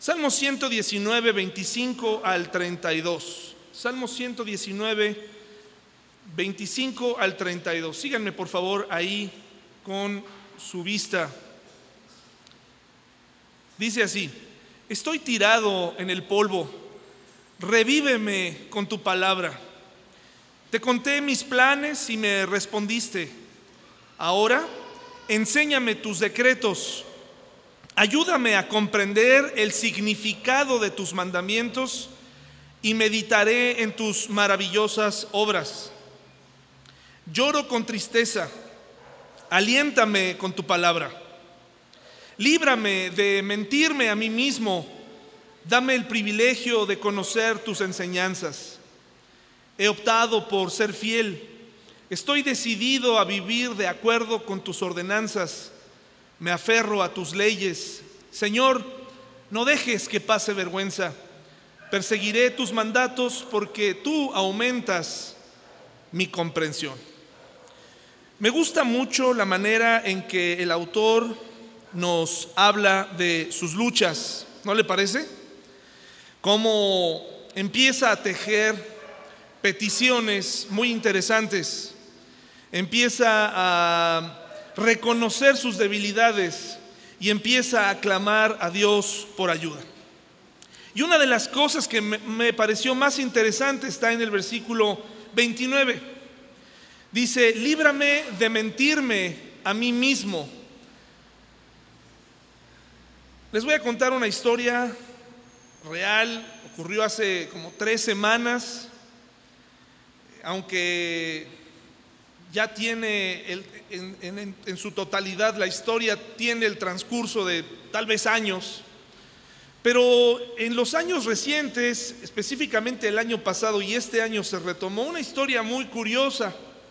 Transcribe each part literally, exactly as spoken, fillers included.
Salmo ciento diecinueve, veinticinco al treinta y dos. Salmo ciento diecinueve, veinticinco al treinta y dos. Síganme por favor ahí con su vista. Dice así: estoy tirado en el polvo, revíveme con tu palabra. Te conté mis planes y me respondiste. Ahora, enséñame tus decretos. Ayúdame a comprender el significado de tus mandamientos y meditaré en tus maravillosas obras. Lloro con tristeza, aliéntame con tu palabra. Líbrame de mentirme a mí mismo, dame el privilegio de conocer tus enseñanzas. He optado por ser fiel, estoy decidido a vivir de acuerdo con tus ordenanzas. Me aferro a tus leyes. Señor, no dejes que pase vergüenza. Perseguiré tus mandatos porque tú aumentas mi comprensión. Me gusta mucho la manera en que el autor nos habla de sus luchas, ¿no le parece? Cómo empieza a tejer peticiones muy interesantes. Empieza a reconocer sus debilidades y empieza a clamar a Dios por ayuda. Y una de las cosas que me, me pareció más interesante está en el versículo veintinueve. Dice: líbrame de mentirme a mí mismo. Les voy a contar una historia real, ocurrió hace como tres semanas, aunque ya tiene el, en, en, en su totalidad la historia tiene el transcurso de tal vez años, pero en los años recientes, específicamente el año pasado y este año, se retomó una historia muy curiosa.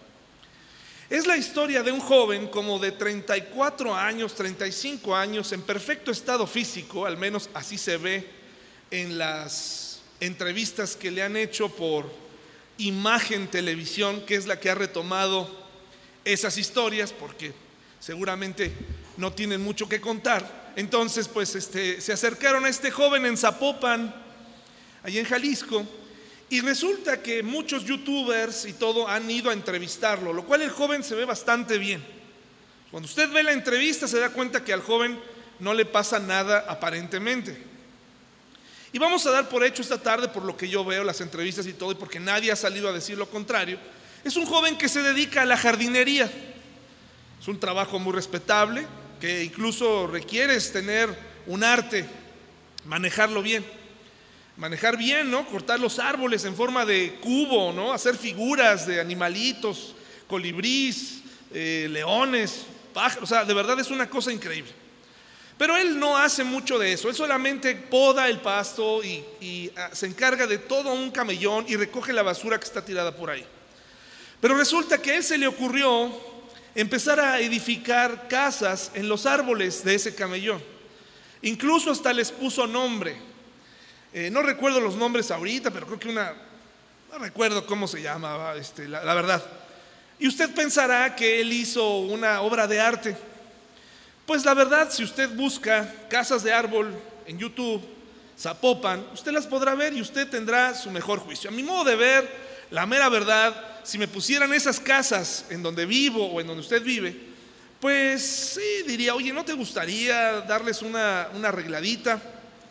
Es la historia de un joven como de treinta y cuatro años, treinta y cinco años, en perfecto estado físico, al menos así se ve en las entrevistas que le han hecho por Imagen Televisión, que es la que ha retomado esas historias, porque seguramente no tienen mucho que contar. Entonces pues este, se acercaron a este joven en Zapopan, allí en Jalisco, y resulta que muchos youtubers y todo han ido a entrevistarlo, lo cual el joven se ve bastante bien. Cuando usted ve la entrevista se da cuenta que al joven no le pasa nada aparentemente. Y vamos a dar por hecho esta tarde, por lo que yo veo las entrevistas y todo, y porque nadie ha salido a decir lo contrario, es un joven que se dedica a la jardinería. Es un trabajo muy respetable, que incluso requieres tener un arte, manejarlo bien. Manejar bien, ¿no? Cortar los árboles en forma de cubo, ¿no? Hacer figuras de animalitos, colibrís, eh, leones, pájaros, o sea, de verdad es una cosa increíble. Pero él no hace mucho de eso, él solamente poda el pasto y, y uh, se encarga de todo un camellón y recoge la basura que está tirada por ahí. Pero resulta que a él se le ocurrió empezar a edificar casas en los árboles de ese camellón. Incluso hasta les puso nombre. Eh, no recuerdo los nombres ahorita, pero creo que una, no recuerdo cómo se llamaba, este, la, la verdad. Y usted pensará que él hizo una obra de arte. Pues la verdad, si usted busca casas de árbol en YouTube, Zapopan, usted las podrá ver y usted tendrá su mejor juicio. A mi modo de ver, la mera verdad, si me pusieran esas casas en donde vivo o en donde usted vive, pues sí, diría, oye, ¿no te gustaría darles una, una arregladita?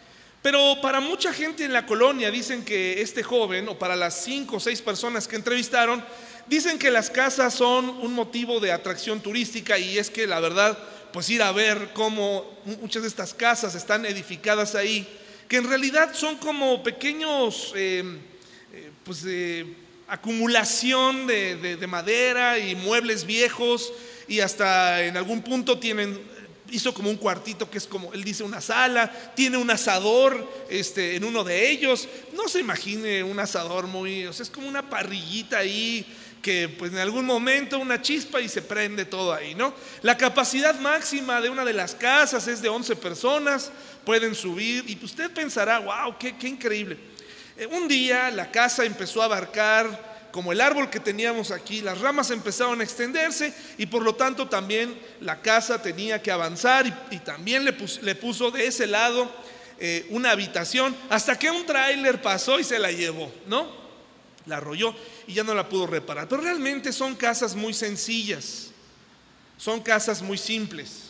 Pero para mucha gente en la colonia dicen que este joven, o para las cinco o seis personas que entrevistaron, dicen que las casas son un motivo de atracción turística, y es que la verdad, pues ir a ver cómo muchas de estas casas están edificadas ahí, que en realidad son como pequeños, eh, eh, pues eh, acumulación de, de, de madera y muebles viejos, y hasta en algún punto tienen... hizo como un cuartito que es como, él dice, una sala, tiene un asador este, en uno de ellos. No se imagine un asador muy, o sea, es como una parrillita ahí que pues en algún momento una chispa y se prende todo ahí, ¿no? La capacidad máxima de una de las casas es de once personas, pueden subir, y usted pensará, wow, qué, qué increíble. Eh, un día la casa empezó a abarcar, como el árbol que teníamos aquí, las ramas empezaron a extenderse y por lo tanto también la casa tenía que avanzar, y, y también le, pus, le puso de ese lado eh, una habitación, hasta que un tráiler pasó y se la llevó, ¿no? La arrolló y ya no la pudo reparar. Pero realmente son casas muy sencillas, son casas muy simples.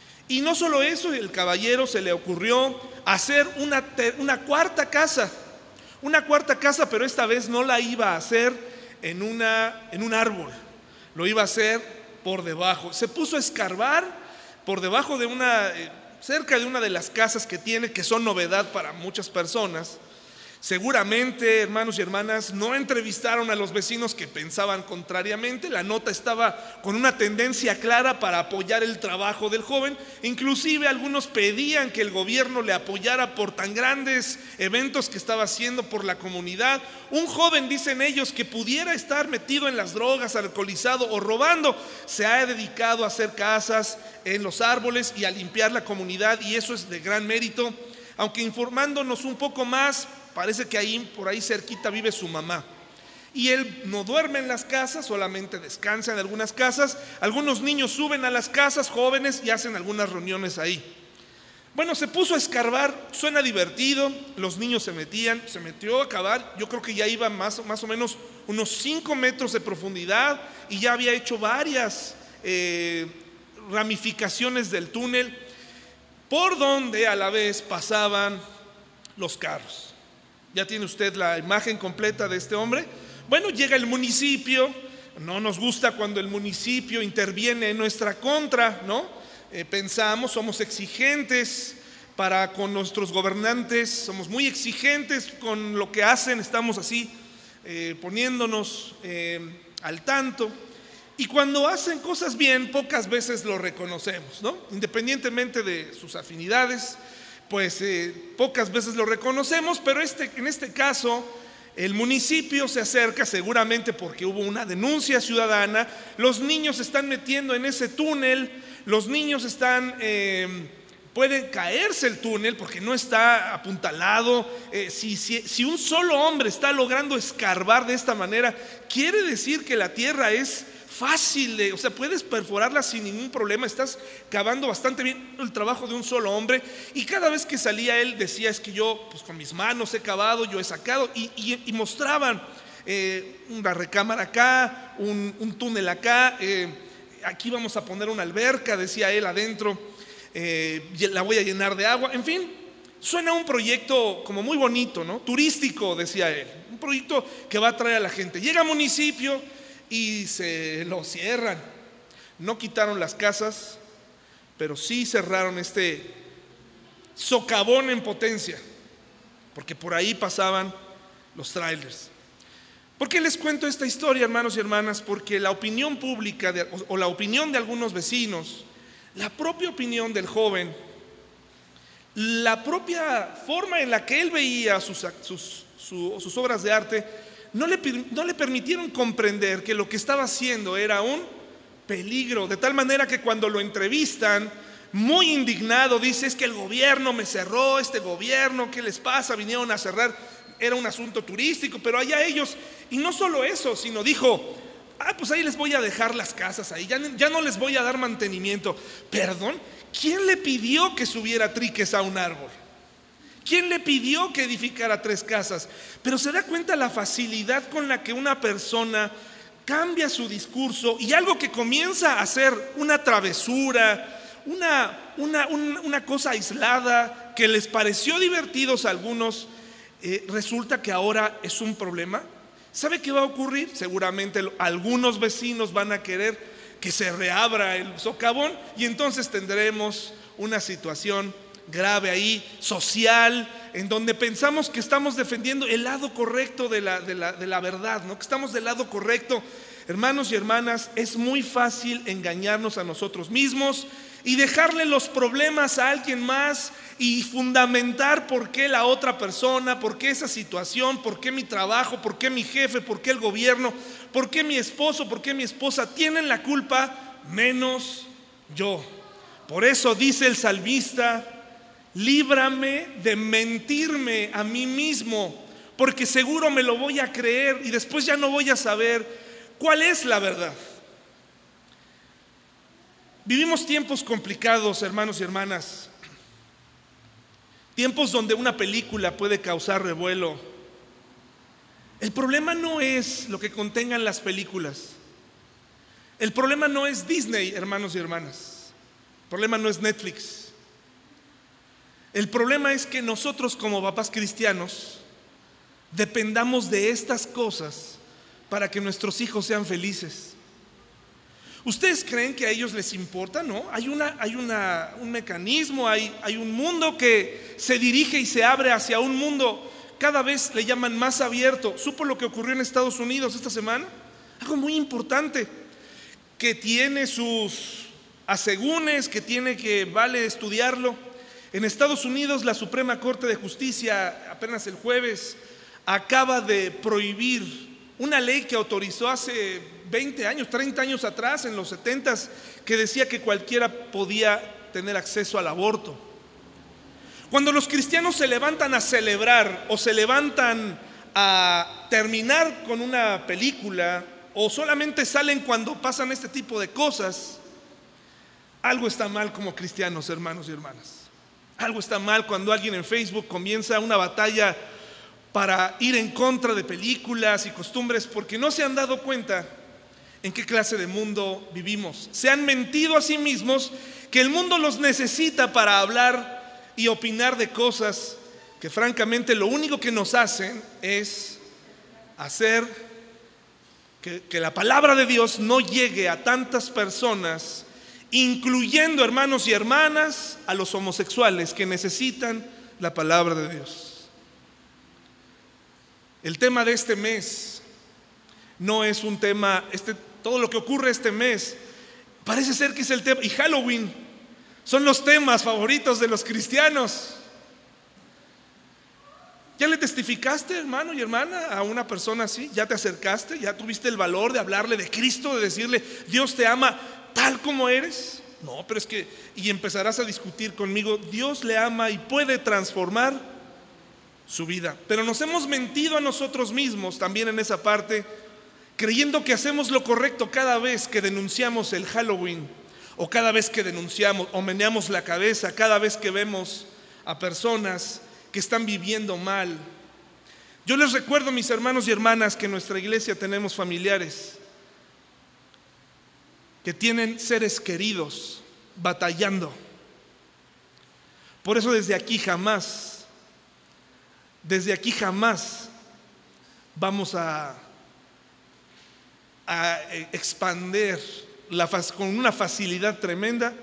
Y no solo eso, el caballero se le ocurrió hacer una, una cuarta casa, una cuarta casa, pero esta vez no la iba a hacer en, una, en un árbol, lo iba a hacer por debajo. Se puso a escarbar por debajo de una, eh, cerca de una de las casas que tiene, que son novedad para muchas personas. Seguramente, hermanos y hermanas, no entrevistaron a los vecinos que pensaban contrariamente. La nota estaba con una tendencia clara para apoyar el trabajo del joven. Inclusive algunos pedían que el gobierno le apoyara por tan grandes eventos que estaba haciendo por la comunidad. Un joven, dicen ellos, que pudiera estar metido en las drogas, alcoholizado o robando, se ha dedicado a hacer casas en los árboles y a limpiar la comunidad, y eso es de gran mérito. Aunque informándonos un poco más, parece que ahí, por ahí cerquita vive su mamá. Y él no duerme en las casas, solamente descansa en algunas casas. Algunos niños suben a las casas, jóvenes, y hacen algunas reuniones ahí. Bueno, se puso a escarbar, suena divertido. Los niños se metían, se metió a cavar. Yo creo que ya iba más, más o menos unos cinco metros de profundidad, y ya había hecho varias eh, ramificaciones del túnel, por donde a la vez pasaban los carros. ¿Ya tiene usted la imagen completa de este hombre? Bueno, llega el municipio. No nos gusta cuando el municipio interviene en nuestra contra, ¿no? Eh, pensamos, somos exigentes para con nuestros gobernantes, somos muy exigentes con lo que hacen, estamos así eh, poniéndonos eh, al tanto. Y cuando hacen cosas bien, pocas veces lo reconocemos, ¿no? Independientemente de sus afinidades, pues eh, pocas veces lo reconocemos. Pero este, en este caso, el municipio se acerca, seguramente porque hubo una denuncia ciudadana. Los niños se están metiendo en ese túnel, los niños están, eh, pueden caerse el túnel porque no está apuntalado. Eh, si, si, si un solo hombre está logrando escarbar de esta manera, quiere decir que la tierra es fácil de, o sea, puedes perforarla sin ningún problema. Estás cavando bastante bien, el trabajo de un solo hombre. Y cada vez que salía él decía: es que yo pues con mis manos he cavado, yo he sacado, y, y, y mostraban eh, una recámara acá, un, un túnel acá, eh, aquí vamos a poner una alberca, decía él, adentro, eh, la voy a llenar de agua. En fin, suena un proyecto como muy bonito, ¿no? Turístico, decía él, un proyecto que va a atraer a la gente. Llega al municipio y se lo cierran. No quitaron las casas, pero sí cerraron este socavón en potencia, porque por ahí pasaban los trailers. ¿Por qué les cuento esta historia, hermanos y hermanas? Porque la opinión pública de, o la opinión de algunos vecinos, la propia opinión del joven, la propia forma en la que él veía sus, sus, sus, sus obras de arte, No le, no le permitieron comprender que lo que estaba haciendo era un peligro, de tal manera que cuando lo entrevistan, muy indignado, dice: es que el gobierno me cerró, este gobierno, ¿qué les pasa? Vinieron a cerrar, era un asunto turístico, pero allá ellos. Y no solo eso, sino dijo: ah, pues ahí les voy a dejar las casas ahí, ya, ya no les voy a dar mantenimiento. Perdón, ¿quién le pidió que subiera triques a un árbol? ¿Quién le pidió que edificara tres casas? Pero se da cuenta la facilidad con la que una persona cambia su discurso, y algo que comienza a ser una travesura, una, una, una, una cosa aislada que les pareció divertidos a algunos, eh, resulta que ahora es un problema. ¿Sabe qué va a ocurrir? Seguramente algunos vecinos van a querer que se reabra el socavón, y entonces tendremos una situación grave ahí, social, en donde pensamos que estamos defendiendo el lado correcto de la, de la, de la verdad, ¿no? Que estamos del lado correcto. Hermanos y hermanas, es muy fácil engañarnos a nosotros mismos y dejarle los problemas a alguien más, y fundamentar por qué la otra persona, por qué esa situación, por qué mi trabajo, por qué mi jefe, por qué el gobierno, por qué mi esposo, por qué mi esposa tienen la culpa, menos yo. Por eso dice el salmista: líbrame de mentirme a mí mismo, porque seguro me lo voy a creer y después ya no voy a saber cuál es la verdad. Vivimos tiempos complicados, hermanos y hermanas, tiempos donde una película puede causar revuelo. El problema no es lo que contengan las películas. El problema no es Disney, hermanos y hermanas. El problema no es Netflix. El problema es que nosotros como papás cristianos dependamos de estas cosas para que nuestros hijos sean felices. ¿Ustedes creen que a ellos les importa? No, hay, una, hay una, un mecanismo, hay, hay un mundo que se dirige y se abre hacia un mundo cada vez le llaman más abierto. ¿Supo lo que ocurrió en Estados Unidos esta semana? Algo muy importante, que tiene sus asegúnes, que tiene que vale estudiarlo. En Estados Unidos la Suprema Corte de Justicia apenas el jueves acaba de prohibir una ley que autorizó hace veinte años, treinta años atrás, en los setentas, que decía que cualquiera podía tener acceso al aborto. Cuando los cristianos se levantan a celebrar o se levantan a terminar con una película o solamente salen cuando pasan este tipo de cosas, algo está mal como cristianos, hermanos y hermanas. Algo está mal cuando alguien en Facebook comienza una batalla para ir en contra de películas y costumbres porque no se han dado cuenta en qué clase de mundo vivimos. Se han mentido a sí mismos que el mundo los necesita para hablar y opinar de cosas que francamente lo único que nos hacen es hacer que, que la palabra de Dios no llegue a tantas personas, incluyendo hermanos y hermanas, a los homosexuales que necesitan la palabra de Dios. El tema de este mes no es un tema, este, todo lo que ocurre este mes parece ser que es el tema, y Halloween son los temas favoritos de los cristianos. ¿Ya le testificaste, hermano y hermana, a una persona así? ¿Ya te acercaste? ¿Ya tuviste el valor de hablarle de Cristo, de decirle, Dios te ama tal como eres? No, pero es que, y empezarás a discutir conmigo, Dios le ama y puede transformar su vida. Pero nos hemos mentido a nosotros mismos también en esa parte, creyendo que hacemos lo correcto cada vez que denunciamos el Halloween, o cada vez que denunciamos o meneamos la cabeza, cada vez que vemos a personas que están viviendo mal. Yo les recuerdo, mis hermanos y hermanas, que en nuestra iglesia tenemos familiares que tienen seres queridos batallando. Por eso desde aquí jamás, desde aquí jamás vamos a, a expander la, con una facilidad tremenda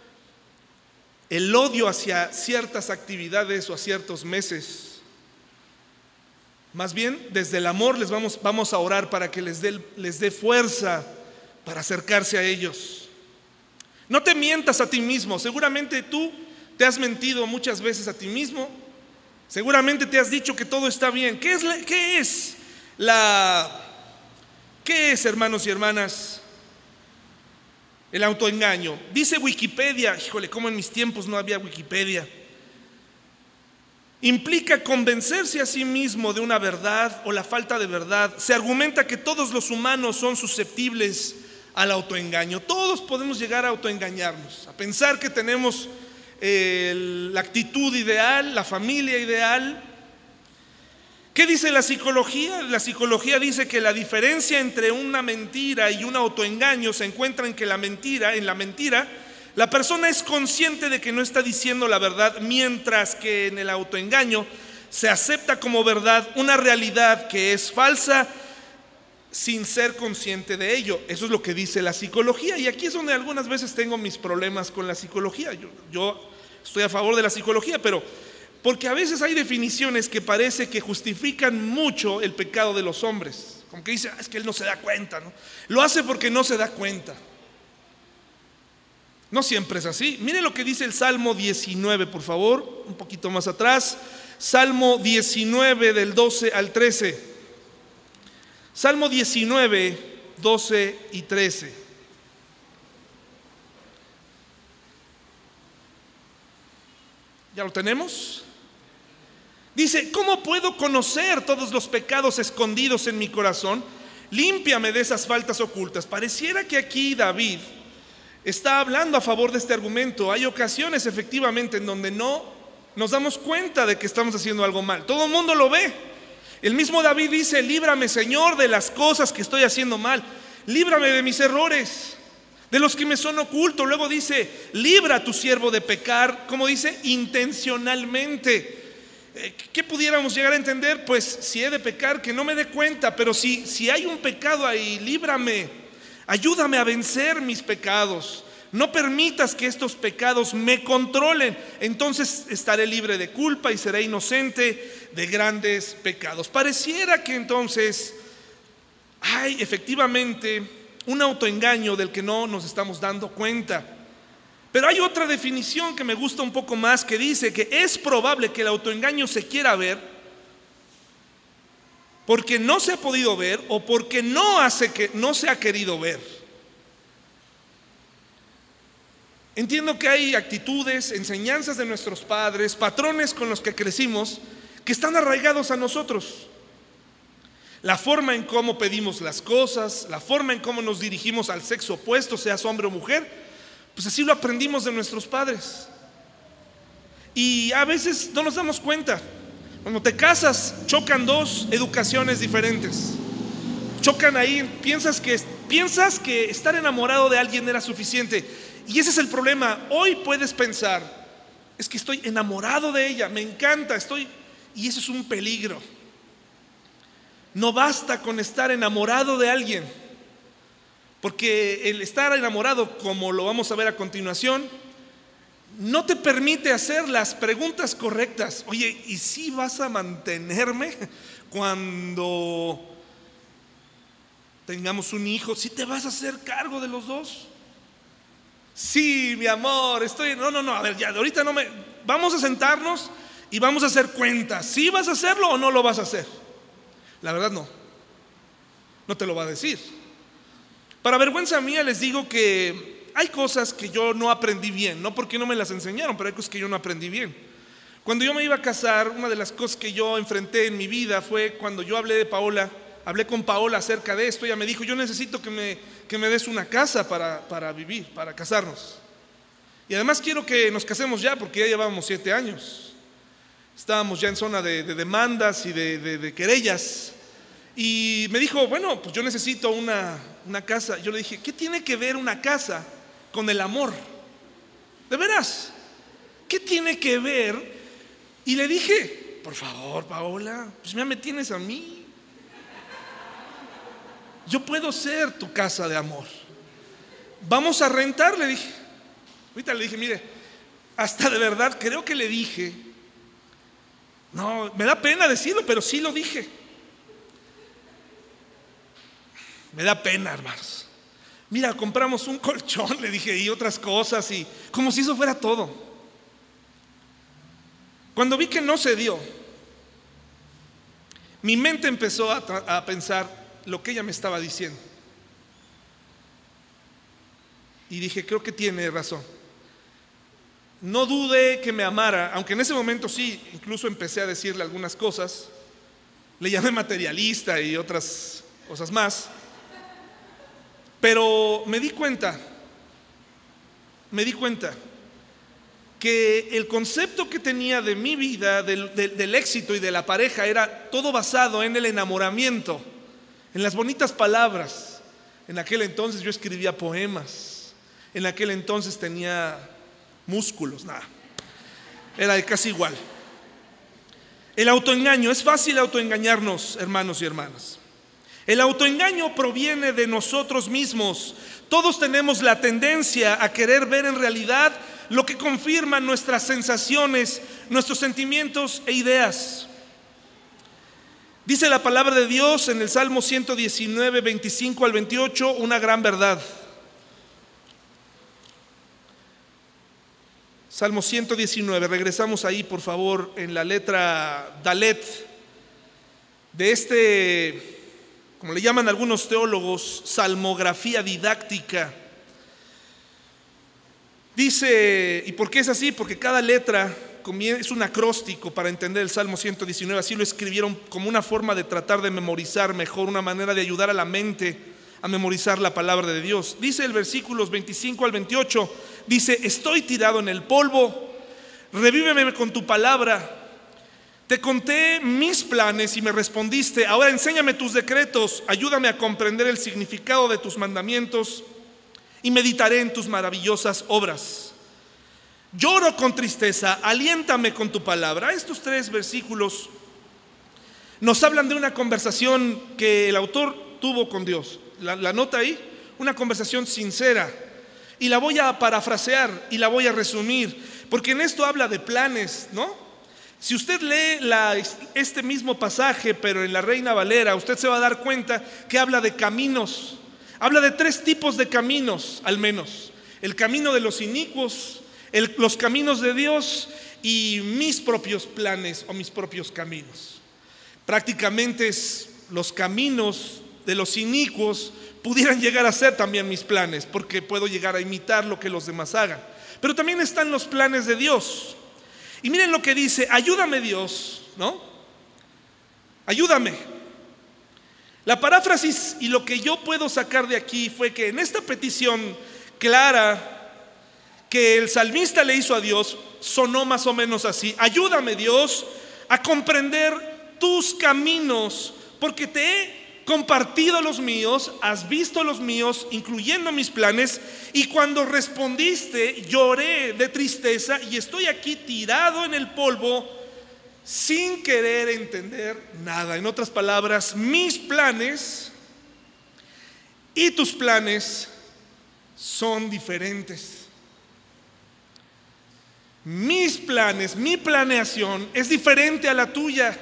el odio hacia ciertas actividades o a ciertos meses. Más bien, desde el amor les vamos, vamos a orar para que les dé, les dé fuerza para acercarse a ellos. No te mientas a ti mismo. Seguramente tú te has mentido muchas veces a ti mismo. Seguramente te has dicho que todo está bien. ¿Qué es la, qué es la, qué es, hermanos y hermanas, el autoengaño? Dice Wikipedia, híjole, cómo en mis tiempos no había Wikipedia. Implica convencerse a sí mismo de una verdad o la falta de verdad. Se argumenta que todos los humanos son susceptibles al autoengaño. Todos podemos llegar a autoengañarnos, a pensar que tenemos eh, la actitud ideal, la familia ideal. ¿Qué dice la psicología? La psicología dice que la diferencia entre una mentira y un autoengaño se encuentra en que la mentira, en la mentira, la persona es consciente de que no está diciendo la verdad, mientras que en el autoengaño se acepta como verdad una realidad que es falsa sin ser consciente de ello. Eso es lo que dice la psicología, y aquí es donde algunas veces tengo mis problemas con la psicología. Yo, yo estoy a favor de la psicología, pero porque a veces hay definiciones que parece que justifican mucho el pecado de los hombres, como que dice, ah, es que él no se da cuenta, ¿no? Lo hace porque no se da cuenta. No siempre es así. Mire lo que dice el Salmo diecinueve, por favor, un poquito más atrás. Salmo diecinueve del doce al trece. Salmo diecinueve, doce y trece. ¿Ya lo tenemos? Dice, ¿cómo puedo conocer todos los pecados escondidos en mi corazón? Límpiame de esas faltas ocultas. Pareciera que aquí David está hablando a favor de este argumento. Hay ocasiones efectivamente en donde no nos damos cuenta de que estamos haciendo algo mal. Todo el mundo lo ve. El mismo David dice: líbrame, Señor, de las cosas que estoy haciendo mal. Líbrame de mis errores, de los que me son ocultos. Luego dice: libra a tu siervo de pecar, como dice, intencionalmente. ¿Qué pudiéramos llegar a entender? Pues si he de pecar, que no me dé cuenta. Pero si, si hay un pecado ahí, líbrame, ayúdame a vencer mis pecados. No permitas que estos pecados me controlen. Entonces estaré libre de culpa y seré inocente de grandes pecados. Pareciera que entonces hay efectivamente un autoengaño del que no nos estamos dando cuenta. Pero hay otra definición que me gusta un poco más, que dice que es probable que el autoengaño se quiera ver porque no se ha podido ver o porque no, hace que, no se ha querido ver. Entiendo que hay actitudes, enseñanzas de nuestros padres, patrones con los que crecimos, que están arraigados a nosotros. La forma en cómo pedimos las cosas, la forma en cómo nos dirigimos al sexo opuesto, seas hombre o mujer, pues así lo aprendimos de nuestros padres. Y a veces no nos damos cuenta. Cuando te casas, chocan dos educaciones diferentes. Chocan ahí, piensas que, piensas que estar enamorado de alguien era suficiente. Y ese es el problema. Hoy puedes pensar: es que estoy enamorado de ella, me encanta, estoy... Y eso es un peligro. No basta con estar enamorado de alguien, porque el estar enamorado, como lo vamos a ver a continuación, no te permite hacer las preguntas correctas. Oye, ¿y si vas a mantenerme cuando tengamos un hijo? ¿Sí te vas a hacer cargo de los dos? Sí, mi amor, estoy... No, no, no, a ver, ya, ahorita no me... Vamos a sentarnos y vamos a hacer cuentas. ¿Sí vas a hacerlo o no lo vas a hacer? La verdad no. No te lo va a decir. Para vergüenza mía les digo que hay cosas que yo no aprendí bien, no porque no me las enseñaron, pero hay cosas que yo no aprendí bien. Cuando yo me iba a casar, una de las cosas que yo enfrenté en mi vida fue cuando yo hablé de Paola, hablé con Paola acerca de esto. Ella me dijo: yo necesito que me, que me des una casa para, para vivir, para casarnos. Y además quiero que nos casemos ya, porque ya llevábamos siete años. Estábamos ya en zona de, de demandas y de, de, de querellas. Y me dijo: bueno, pues yo necesito una, una casa. Yo le dije: ¿qué tiene que ver una casa con el amor? ¿De veras? ¿Qué tiene que ver? Y le dije: por favor, Paola, pues ya me tienes a mí. Yo puedo ser tu casa de amor. Vamos a rentar, le dije. Ahorita le dije: mire, hasta de verdad creo que le dije, no, me da pena decirlo, pero sí lo dije. Me da pena, hermanos. Mira, compramos un colchón, le dije, y otras cosas, y como si eso fuera todo. Cuando vi que no se dio, mi mente empezó a, a pensar lo que ella me estaba diciendo. Y dije: creo que tiene razón. No dudé que me amara, aunque en ese momento sí, incluso empecé a decirle algunas cosas. Le llamé materialista y otras cosas más. Pero me di cuenta, me di cuenta que el concepto que tenía de mi vida, del, del, del éxito y de la pareja, era todo basado en el enamoramiento, en las bonitas palabras. En aquel entonces yo escribía poemas, en aquel entonces tenía músculos, nada, era casi igual. El autoengaño, es fácil autoengañarnos, hermanos y hermanas. El autoengaño proviene de nosotros mismos. Todos tenemos la tendencia a querer ver en realidad lo que confirman nuestras sensaciones, nuestros sentimientos e ideas. Dice la palabra de Dios en el Salmo ciento diecinueve, veinticinco al veintiocho, una gran verdad. Salmo ciento diecinueve, regresamos ahí por favor en la letra Dalet de este, como le llaman algunos teólogos, salmografía didáctica. Dice, ¿y por qué es así? Porque cada letra es un acróstico para entender el Salmo ciento diecinueve. Así lo escribieron como una forma de tratar de memorizar mejor, una manera de ayudar a la mente a memorizar la palabra de Dios. Dice el versículos veinticinco al veintiocho, dice: estoy tirado en el polvo, Revíveme con tu palabra. Te conté mis planes y me respondiste. Ahora enséñame tus decretos. Ayúdame a comprender el significado de tus mandamientos y meditaré en tus maravillosas obras. Lloro con tristeza, aliéntame con tu palabra. Estos tres versículos nos hablan de una conversación que el autor tuvo con Dios. La, la nota ahí, una conversación sincera. Y la voy a parafrasear y la voy a resumir, porque en esto habla de planes, ¿no? Si usted lee la, este mismo pasaje, pero en la Reina Valera, usted se va a dar cuenta que habla de caminos. Habla de tres tipos de caminos, al menos. El camino de los inicuos, el, los caminos de Dios y mis propios planes o mis propios caminos. Prácticamente es, los caminos de los inicuos pudieran llegar a ser también mis planes, porque puedo llegar a imitar lo que los demás hagan. Pero también están los planes de Dios. Y miren lo que dice: ayúdame Dios, ¿no? Ayúdame. La paráfrasis y lo que yo puedo sacar de aquí fue que en esta petición clara que el salmista le hizo a Dios, sonó más o menos así: ayúdame Dios a comprender tus caminos, porque te he compartido los míos, has visto los míos, incluyendo mis planes, y cuando respondiste lloré de tristeza y estoy aquí tirado en el polvo sin querer entender nada. En otras palabras, mis planes y tus planes son diferentes. Mis planes, mi planeación es diferente a la tuya.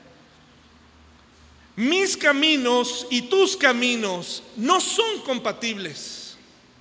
Mis caminos y tus caminos no son compatibles.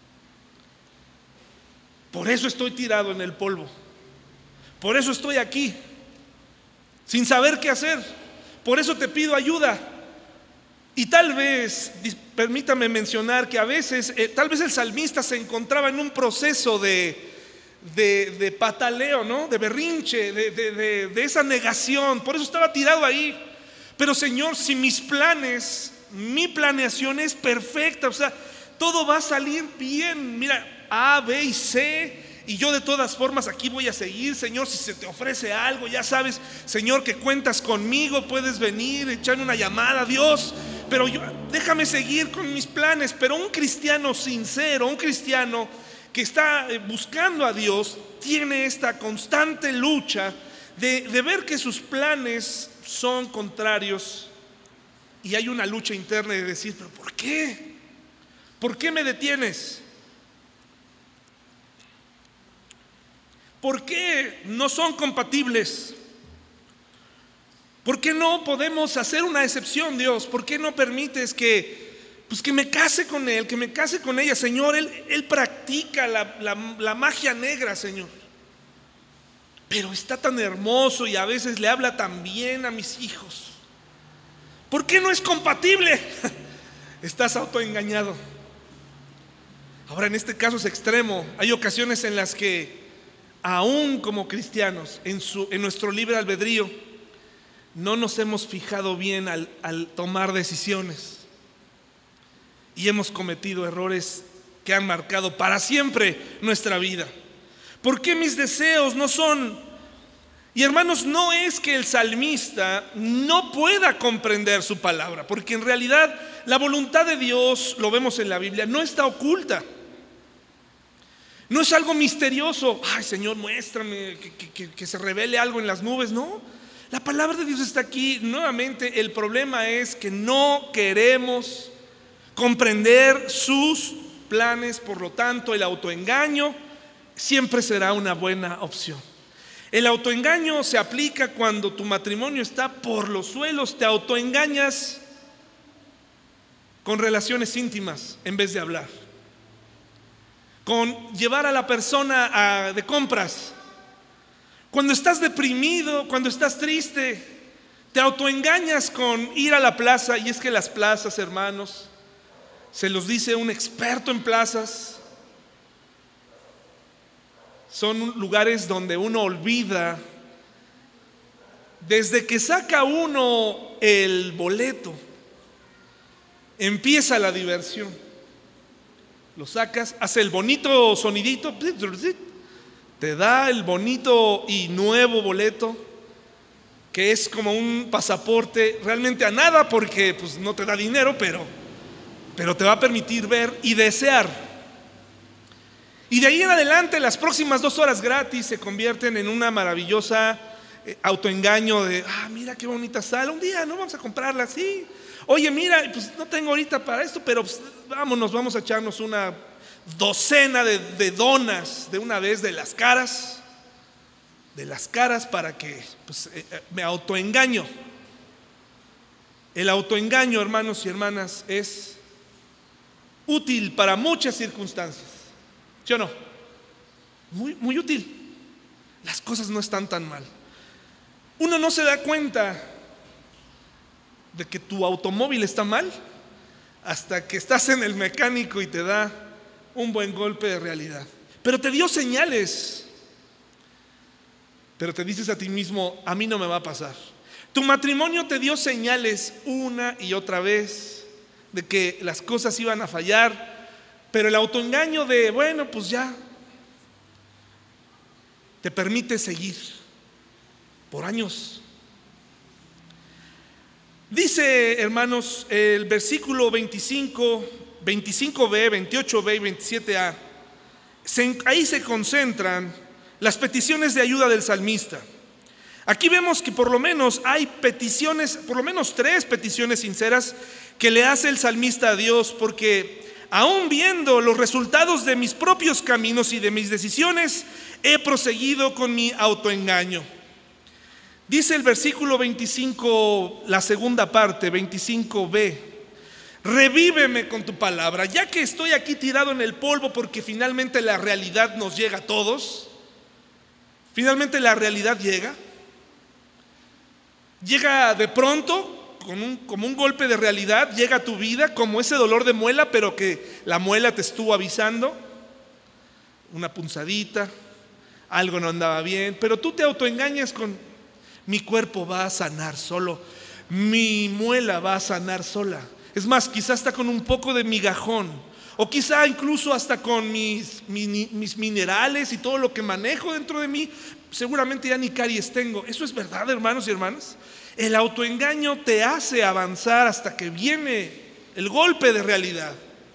Por eso estoy tirado en el polvo. Por eso estoy aquí, sin saber qué hacer. Por eso te pido ayuda. Y tal vez, permítame mencionar que a veces, eh, tal vez el salmista se encontraba en un proceso de, de, de pataleo, ¿no? De berrinche, de, de, de, de esa negación. Por eso estaba tirado ahí. Pero Señor, si mis planes, mi planeación es perfecta, o sea, todo va a salir bien. Mira, A, B y C. Y yo de todas formas aquí voy a seguir, Señor. Si se te ofrece algo, ya sabes, Señor, que cuentas conmigo, puedes venir, echarme una llamada, Dios. Pero yo, déjame seguir con mis planes. Pero un cristiano sincero, un cristiano que está buscando a Dios, tiene esta constante lucha de, de ver que sus planes son contrarios. Y hay una lucha interna de decir: ¿pero por qué? ¿Por qué me detienes? ¿Por qué no son compatibles? ¿Por qué no podemos hacer una excepción, Dios? ¿Por qué no permites que, pues que me case con él, que me case con ella? Señor, él, él practica la, la, la magia negra, Señor. Pero está tan hermoso y a veces le habla tan bien a mis hijos. ¿Por qué no es compatible? Estás autoengañado. Ahora, en este caso es extremo. Hay ocasiones en las que, aún como cristianos, en, su, en nuestro libre albedrío, no nos hemos fijado bien al, al tomar decisiones. Y hemos cometido errores que han marcado para siempre nuestra vida. ¿Por qué mis deseos no son? Y hermanos, no es que el salmista no pueda comprender su palabra, porque en realidad la voluntad de Dios, lo vemos en la Biblia, no está oculta. No es algo misterioso. Ay, Señor, muéstrame que, que, que se revele algo en las nubes. No, la palabra de Dios está aquí. Nuevamente, el problema es que no queremos comprender sus planes. Por lo tanto, el autoengaño siempre será una buena opción. El autoengaño se aplica cuando tu matrimonio está por los suelos. Te autoengañas con relaciones íntimas en vez de hablar, con llevar a la persona a, de compras. Cuando estás deprimido, cuando estás triste, te autoengañas con ir a la plaza. Y es que las plazas, hermanos, se los dice un experto en plazas, son lugares donde uno olvida. Desde que saca uno el boleto, empieza la diversión. Lo sacas, hace el bonito sonidito, te te da el bonito y nuevo boleto, que es como un pasaporte realmente a nada, porque pues no te da dinero, pero, pero te va a permitir ver y desear. Y de ahí en adelante las próximas dos horas gratis se convierten en una maravillosa eh, autoengaño de, ah, mira qué bonita sala, un día no vamos a comprarla, sí. Oye, mira, pues no tengo ahorita para esto, pero pues, vámonos, vamos a echarnos una docena de, de donas de una vez, de las caras, de las caras para que pues, eh, me autoengaño. El autoengaño, hermanos y hermanas, es útil para muchas circunstancias, ¿sí o no? Muy, muy útil. Las cosas no están tan mal. Uno no se da cuenta de que tu automóvil está mal hasta que estás en el mecánico y te da un buen golpe de realidad. Pero te dio señales. Pero te dices a ti mismo, a mí no me va a pasar. Tu matrimonio te dio señales una y otra vez de que las cosas iban a fallar, pero el autoengaño de, bueno, pues ya, te permite seguir por años. Dice, hermanos, el versículo veinticinco, veinticinco b, veintiocho b y veintisiete a, se, ahí se concentran las peticiones de ayuda del salmista. Aquí vemos que por lo menos hay peticiones, por lo menos tres peticiones sinceras que le hace el salmista a Dios, porque aún viendo los resultados de mis propios caminos y de mis decisiones, he proseguido con mi autoengaño. Dice el versículo veinticinco, la segunda parte, veinticinco b, revíveme con tu palabra, ya que estoy aquí tirado en el polvo, porque finalmente la realidad nos llega a todos. Finalmente la realidad llega. Llega de pronto, con un, como un golpe de realidad, llega a tu vida como ese dolor de muela, pero que la muela te estuvo avisando. Una punzadita, algo no andaba bien, pero tú te autoengañas con, mi cuerpo va a sanar solo, mi muela va a sanar sola. Es más, quizá hasta con un poco de migajón, o quizá incluso hasta con mis, mis, mis minerales y todo lo que manejo dentro de mí, seguramente ya ni caries tengo. Eso es verdad, hermanos y hermanas. El autoengaño te hace avanzar hasta que viene el golpe de realidad.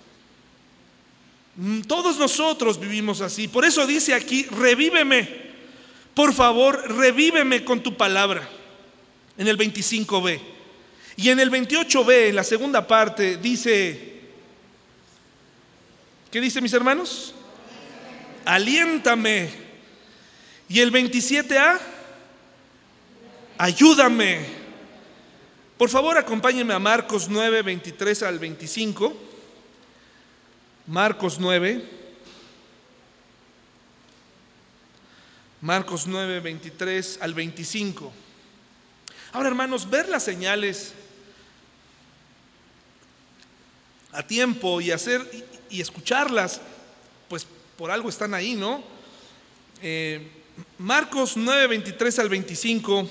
Todos nosotros vivimos así. Por eso dice aquí, revíveme, por favor, revíveme con tu palabra, en el veinticinco b. Y en el veintiocho b, en la segunda parte, dice, ¿qué dice, mis hermanos? Aliéntame. Y el veintisiete a, ayúdame. Por favor, acompáñenme a Marcos nueve, veintitrés al veinticinco. Marcos nueve. Marcos nueve, veintitrés al veinticinco. Ahora, hermanos, ver las señales a tiempo y hacer y, y escucharlas, pues por algo están ahí, ¿no? Eh, Marcos nueve, veintitrés al veinticinco.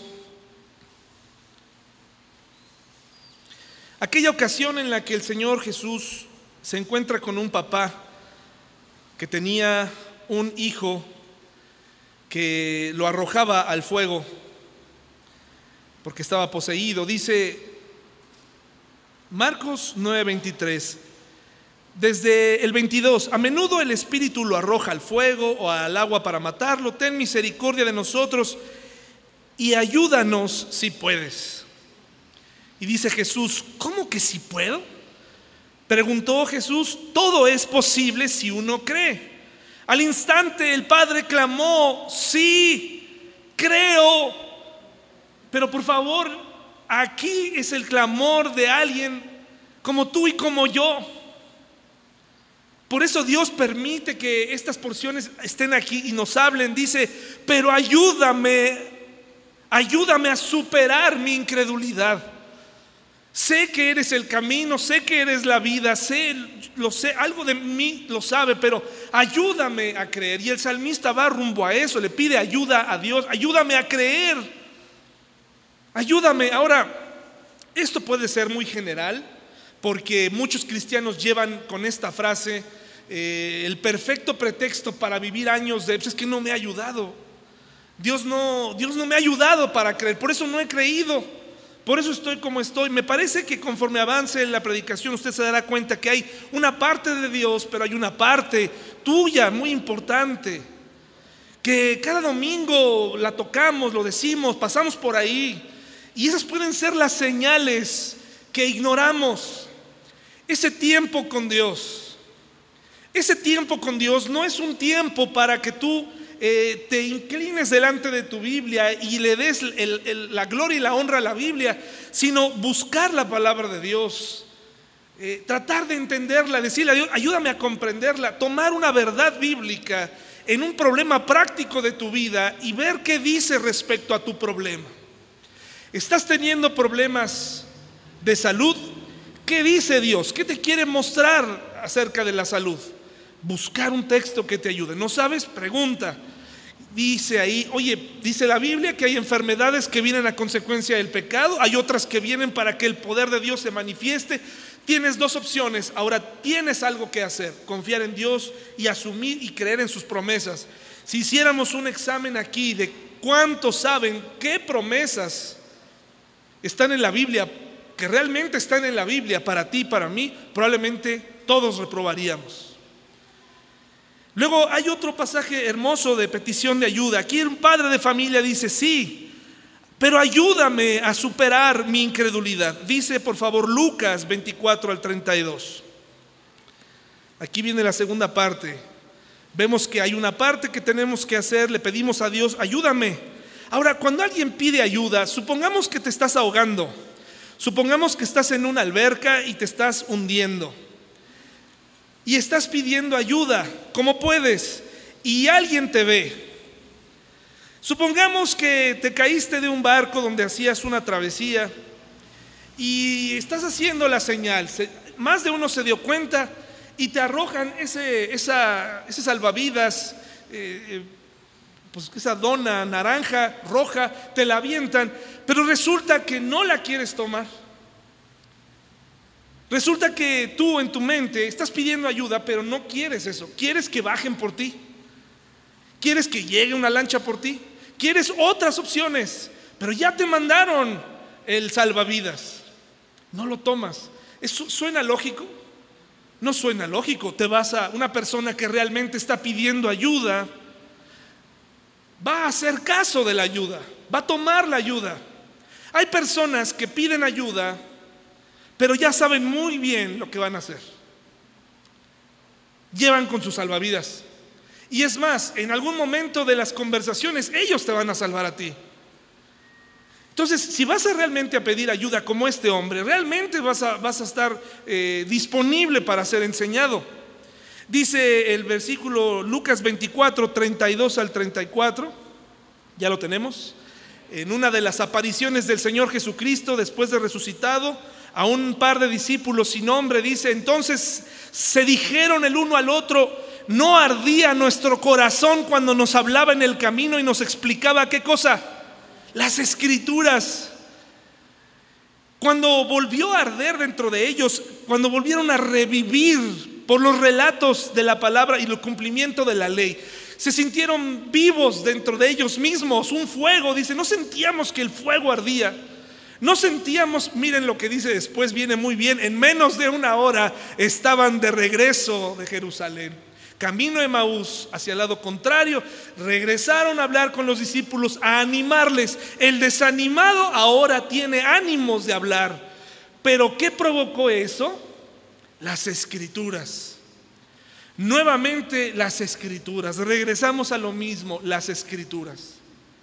Aquella ocasión en la que el Señor Jesús se encuentra con un papá que tenía un hijo que lo arrojaba al fuego porque estaba poseído. Dice Marcos nueve, veintitrés, desde el veintidós, a menudo el espíritu lo arroja al fuego o al agua para matarlo. Ten misericordia de nosotros y ayúdanos si puedes. Y dice Jesús, ¿cómo que si puedo? Preguntó Jesús, todo es posible si uno cree. Al instante el padre clamó, sí, creo. Pero por favor, aquí es el clamor de alguien como tú y como yo. Por eso Dios permite que estas porciones estén aquí y nos hablen. Dice, pero ayúdame, ayúdame a superar mi incredulidad. Sé que eres el camino, sé que eres la vida, sé, lo sé, algo de mí lo sabe, pero ayúdame a creer. Y el salmista va rumbo a eso, le pide ayuda a Dios, ayúdame a creer, ayúdame. Ahora, esto puede ser muy general, porque muchos cristianos llevan con esta frase eh, el perfecto pretexto para vivir años de, pues es que no me ha ayudado. Dios no, Dios no me ha ayudado para creer, por eso no he creído, por eso estoy como estoy. Me parece que conforme avance en la predicación usted se dará cuenta que hay una parte de Dios, pero hay una parte tuya muy importante, que cada domingo la tocamos, lo decimos, pasamos por ahí, y esas pueden ser las señales que ignoramos. Ese tiempo con Dios, ese tiempo con Dios no es un tiempo para que tú eh, te inclines delante de tu Biblia y le des el, el, la gloria y la honra a la Biblia, sino buscar la palabra de Dios, eh, tratar de entenderla, decirle a Dios, ayúdame a comprenderla, tomar una verdad bíblica en un problema práctico de tu vida y ver qué dice respecto a tu problema. ¿Estás teniendo problemas de salud? ¿Qué dice Dios? ¿Qué te quiere mostrar acerca de la salud? Buscar un texto que te ayude. ¿No sabes? Pregunta. Dice ahí, oye, dice la Biblia que hay enfermedades que vienen a consecuencia del pecado, hay otras que vienen para que el poder de Dios se manifieste. Tienes dos opciones, ahora tienes algo que hacer: confiar en Dios y asumir y creer en sus promesas. Si hiciéramos un examen aquí de cuántos saben qué promesas están en la Biblia, que realmente están en la Biblia para ti y para mí, probablemente todos reprobaríamos. Luego hay otro pasaje hermoso de petición de ayuda. Aquí un padre de familia dice, sí, pero ayúdame a superar mi incredulidad. Dice por favor Lucas veinticuatro al treinta y dos. Aquí viene la segunda parte. Vemos que hay una parte que tenemos que hacer, le pedimos a Dios, ayúdame. Ahora, cuando alguien pide ayuda, supongamos que te estás ahogando, supongamos que estás en una alberca y te estás hundiendo y estás pidiendo ayuda, como puedes, y alguien te ve. Supongamos que te caíste de un barco donde hacías una travesía y estás haciendo la señal, más de uno se dio cuenta y te arrojan ese, esa, ese salvavidas, eh, pues esa dona naranja, roja, te la avientan, pero resulta que no la quieres tomar. Resulta que tú en tu mente estás pidiendo ayuda, pero no quieres eso. Quieres que bajen por ti, quieres que llegue una lancha por ti, quieres otras opciones, pero ya te mandaron el salvavidas. No lo tomas. ¿Eso suena lógico? No suena lógico. Te vas a una persona que realmente está pidiendo ayuda, va a hacer caso de la ayuda, va a tomar la ayuda. Hay personas que piden ayuda, pero ya saben muy bien lo que van a hacer. Llevan con sus salvavidas. Y es más, en algún momento de las conversaciones, ellos te van a salvar a ti. Entonces, si vas a realmente a pedir ayuda como este hombre, realmente vas a, vas a estar eh, disponible para ser enseñado. Dice el versículo Lucas veinticuatro, treinta y dos al treinta y cuatro, ya lo tenemos. En una de las apariciones del Señor Jesucristo después de resucitado, a un par de discípulos sin nombre, dice, entonces se dijeron el uno al otro, ¿no ardía nuestro corazón cuando nos hablaba en el camino y nos explicaba qué cosa? Las Escrituras. Cuando volvió a arder dentro de ellos, cuando volvieron a revivir por los relatos de la palabra y el cumplimiento de la ley, se sintieron vivos dentro de ellos mismos, un fuego, dice, no sentíamos que el fuego ardía. No sentíamos, miren lo que dice después, viene muy bien, en menos de una hora estaban de regreso de Jerusalén, camino de Emaús hacia el lado contrario, regresaron a hablar con los discípulos, a animarles. El desanimado ahora tiene ánimos de hablar, pero ¿qué provocó eso? Las Escrituras. Nuevamente las Escrituras, regresamos a lo mismo, las Escrituras.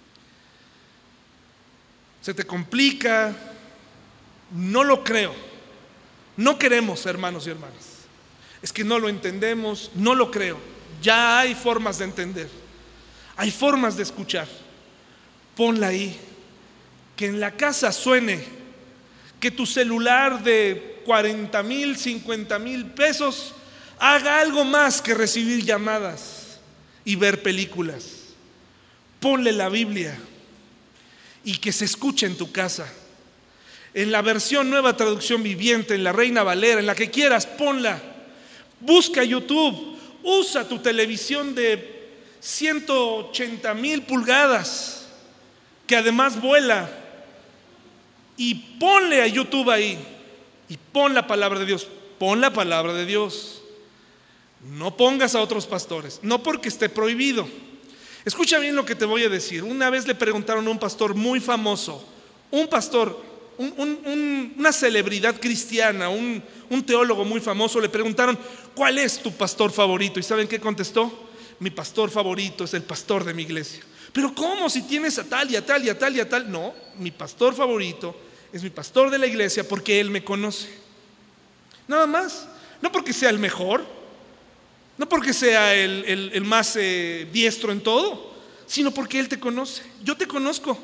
Se te complica, no lo creo, no queremos, hermanos y hermanas, es que no lo entendemos, no lo creo. Ya hay formas de entender, hay formas de escuchar. Ponla ahí, que en la casa suene, que tu celular de cuarenta mil, cincuenta mil pesos haga algo más que recibir llamadas y ver películas. Ponle la Biblia y que se escuche en tu casa, en la versión Nueva Traducción Viviente, en la Reina Valera, en la que quieras, ponla. Busca YouTube, Usa tu televisión de ciento ochenta mil pulgadas, que además vuela, y ponle a YouTube ahí, y pon la palabra de Dios, pon la palabra de Dios. No pongas a otros pastores, no porque esté prohibido. Escucha bien lo que te voy a decir. Una vez le preguntaron a un pastor muy famoso, un pastor, un, un, un, una celebridad cristiana, un, un teólogo muy famoso, le preguntaron: ¿cuál es tu pastor favorito? ¿Y saben qué contestó? Mi pastor favorito es el pastor de mi iglesia. Pero ¿cómo? Si tienes a tal y a tal y a tal y a tal. No, mi pastor favorito es mi pastor de la iglesia porque él me conoce. Nada más. No porque sea el mejor, no porque sea el, el, el más eh, diestro en todo, sino porque él te conoce. Yo te conozco.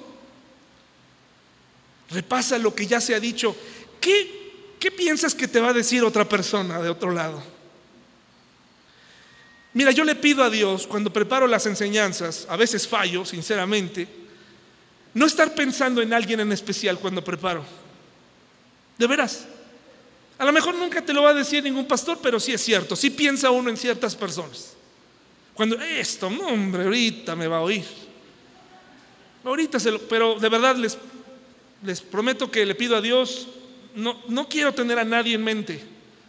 Repasa lo que ya se ha dicho. ¿Qué, qué piensas que te va a decir otra persona de otro lado? Mira, yo le pido a Dios, cuando preparo las enseñanzas, a veces fallo, sinceramente, no estar pensando en alguien en especial cuando preparo. De veras. A lo mejor nunca te lo va a decir ningún pastor, pero sí es cierto, sí piensa uno en ciertas personas. Cuando esto, no hombre, ahorita me va a oír. Ahorita se lo, pero de verdad les, les prometo que le pido a Dios, no, no quiero tener a nadie en mente.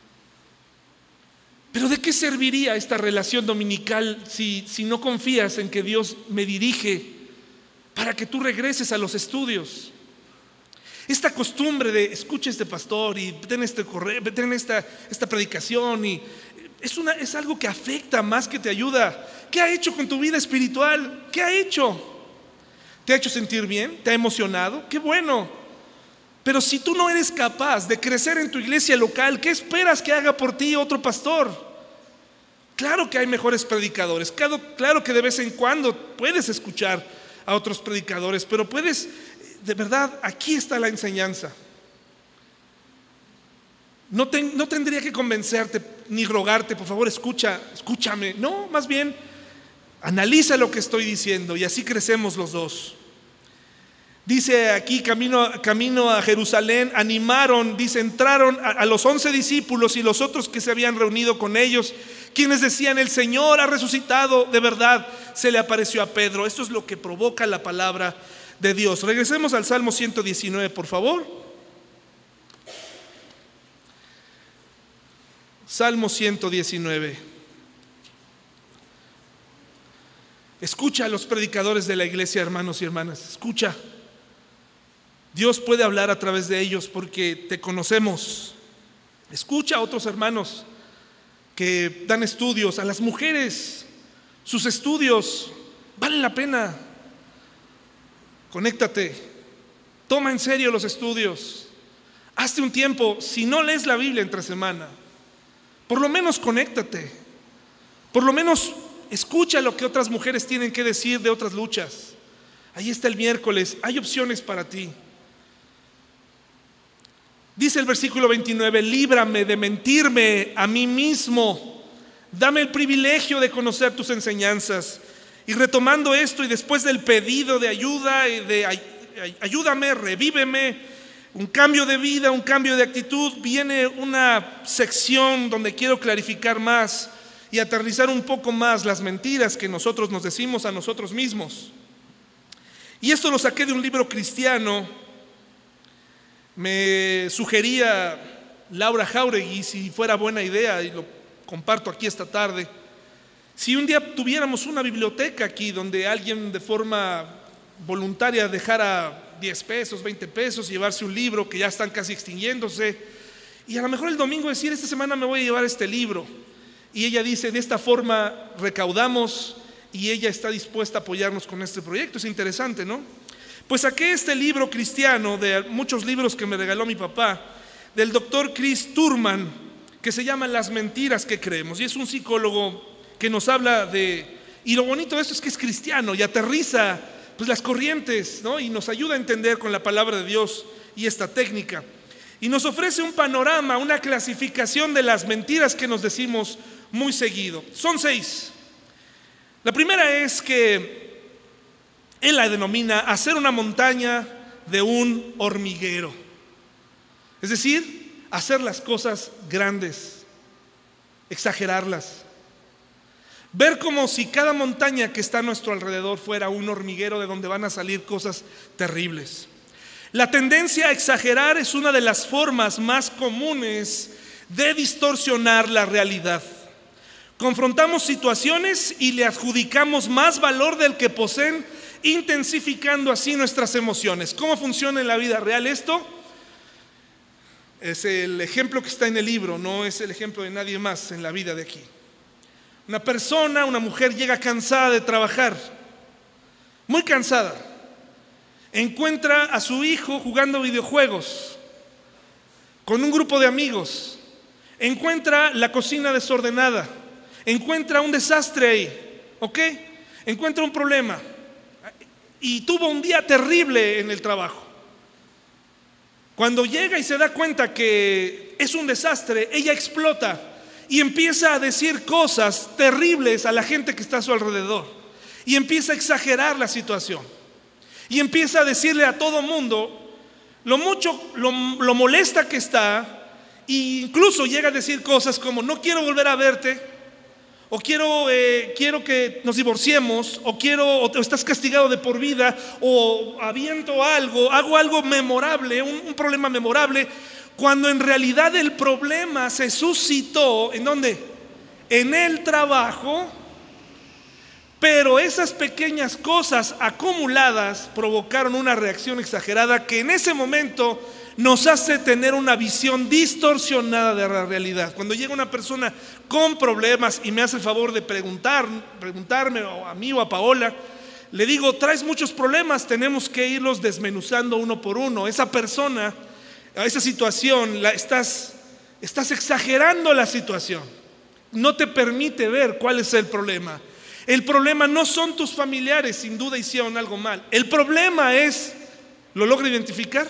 Pero ¿de qué serviría esta relación dominical si, si no confías en que Dios me dirige para que tú regreses a los estudios? Esta costumbre de escucha este pastor y ten este correo, ten esta, esta predicación, y es, una, es algo que afecta más que te ayuda. ¿Qué ha hecho con tu vida espiritual? ¿Qué ha hecho? ¿Te ha hecho sentir bien? ¿Te ha emocionado? ¡Qué bueno! Pero si tú no eres capaz de crecer en tu iglesia local, ¿qué esperas que haga por ti otro pastor? Claro que hay mejores predicadores, claro, claro que de vez en cuando puedes escuchar a otros predicadores, pero puedes, de verdad, aquí está la enseñanza. No, ten, no tendría que convencerte ni rogarte, por favor, escucha, escúchame. No, más bien, analiza lo que estoy diciendo y así crecemos los dos. Dice aquí, camino, camino a Jerusalén, animaron, dice, entraron a, a los once discípulos y los otros que se habían reunido con ellos, quienes decían: el Señor ha resucitado de verdad. Se le apareció a Pedro. Esto es lo que provoca la palabra de Dios. Regresemos al Salmo ciento diecinueve, por favor. Salmo ciento diecinueve. Escucha a los predicadores de la iglesia, hermanos y hermanas. Escucha. Dios puede hablar a través de ellos porque te conocemos. Escucha a otros hermanos que dan estudios, a las mujeres. Sus estudios valen la pena. Conéctate. Toma en serio los estudios. Hazte un tiempo. Si no lees la Biblia entre semana, por lo menos conéctate. Por lo menos escucha lo que otras mujeres tienen que decir de otras luchas. Ahí está el miércoles. Hay opciones para ti. Dice el versículo veintinueve: líbrame de mentirme a mí mismo, dame el privilegio de conocer tus enseñanzas. Y retomando esto, y después del pedido de ayuda, de ay, ayúdame, revíveme, un cambio de vida, un cambio de actitud, viene una sección donde quiero clarificar más y aterrizar un poco más las mentiras que nosotros nos decimos a nosotros mismos. Y esto lo saqué de un libro cristiano. Me sugería Laura Jauregui, si fuera buena idea, y lo comparto aquí esta tarde, si un día tuviéramos una biblioteca aquí donde alguien de forma voluntaria dejara diez pesos, veinte pesos, llevarse un libro que ya están casi extinguiéndose, y a lo mejor el domingo decir: esta semana me voy a llevar este libro, y ella dice: de esta forma recaudamos, y ella está dispuesta a apoyarnos con este proyecto. Es interesante, ¿no? Pues saqué este libro cristiano, de muchos libros que me regaló mi papá, del doctor Chris Turman, que se llama Las mentiras que creemos, y es un psicólogo que nos habla de, y lo bonito de esto es que es cristiano y aterriza pues las corrientes, ¿no? Y nos ayuda a entender con la palabra de Dios y esta técnica, y nos ofrece un panorama, una clasificación de las mentiras que nos decimos muy seguido. Son seis. La primera es que él la denomina hacer una montaña de un hormiguero. Es decir, hacer las cosas grandes, exagerarlas. Ver como si cada montaña que está a nuestro alrededor fuera un hormiguero de donde van a salir cosas terribles. La tendencia a exagerar es una de las formas más comunes de distorsionar la realidad. Confrontamos situaciones y le adjudicamos más valor del que poseen, intensificando así nuestras emociones. ¿Cómo funciona en la vida real esto? Es el ejemplo que está en el libro, no es el ejemplo de nadie más en la vida de aquí. Una persona, una mujer llega cansada de trabajar, muy cansada. Encuentra a su hijo jugando videojuegos con un grupo de amigos. Encuentra la cocina desordenada. Encuentra un desastre ahí, ¿ok? Encuentra un problema. Y tuvo un día terrible en el trabajo. Cuando llega y se da cuenta que es un desastre, ella explota y empieza a decir cosas terribles a la gente que está a su alrededor. Y empieza a exagerar la situación. Y empieza a decirle a todo mundo lo mucho, lo, lo molesta que está. E incluso llega a decir cosas como: no quiero volver a verte, o quiero, eh, quiero que nos divorciemos, o quiero, o estás castigado de por vida, o aviento algo, hago algo memorable, un, un problema memorable, cuando en realidad el problema se suscitó, ¿en dónde? En el trabajo. Pero esas pequeñas cosas acumuladas provocaron una reacción exagerada que en ese momento nos hace tener una visión distorsionada de la realidad. Cuando llega una persona con problemas y me hace el favor de preguntar, preguntarme o a mí o a Paola, le digo: traes muchos problemas, tenemos que irlos desmenuzando uno por uno. Esa persona, esa situación, la, estás, estás exagerando la situación. No te permite ver cuál es el problema. El problema no son tus familiares, sin duda hicieron algo mal. El problema es, ¿lo logra identificar?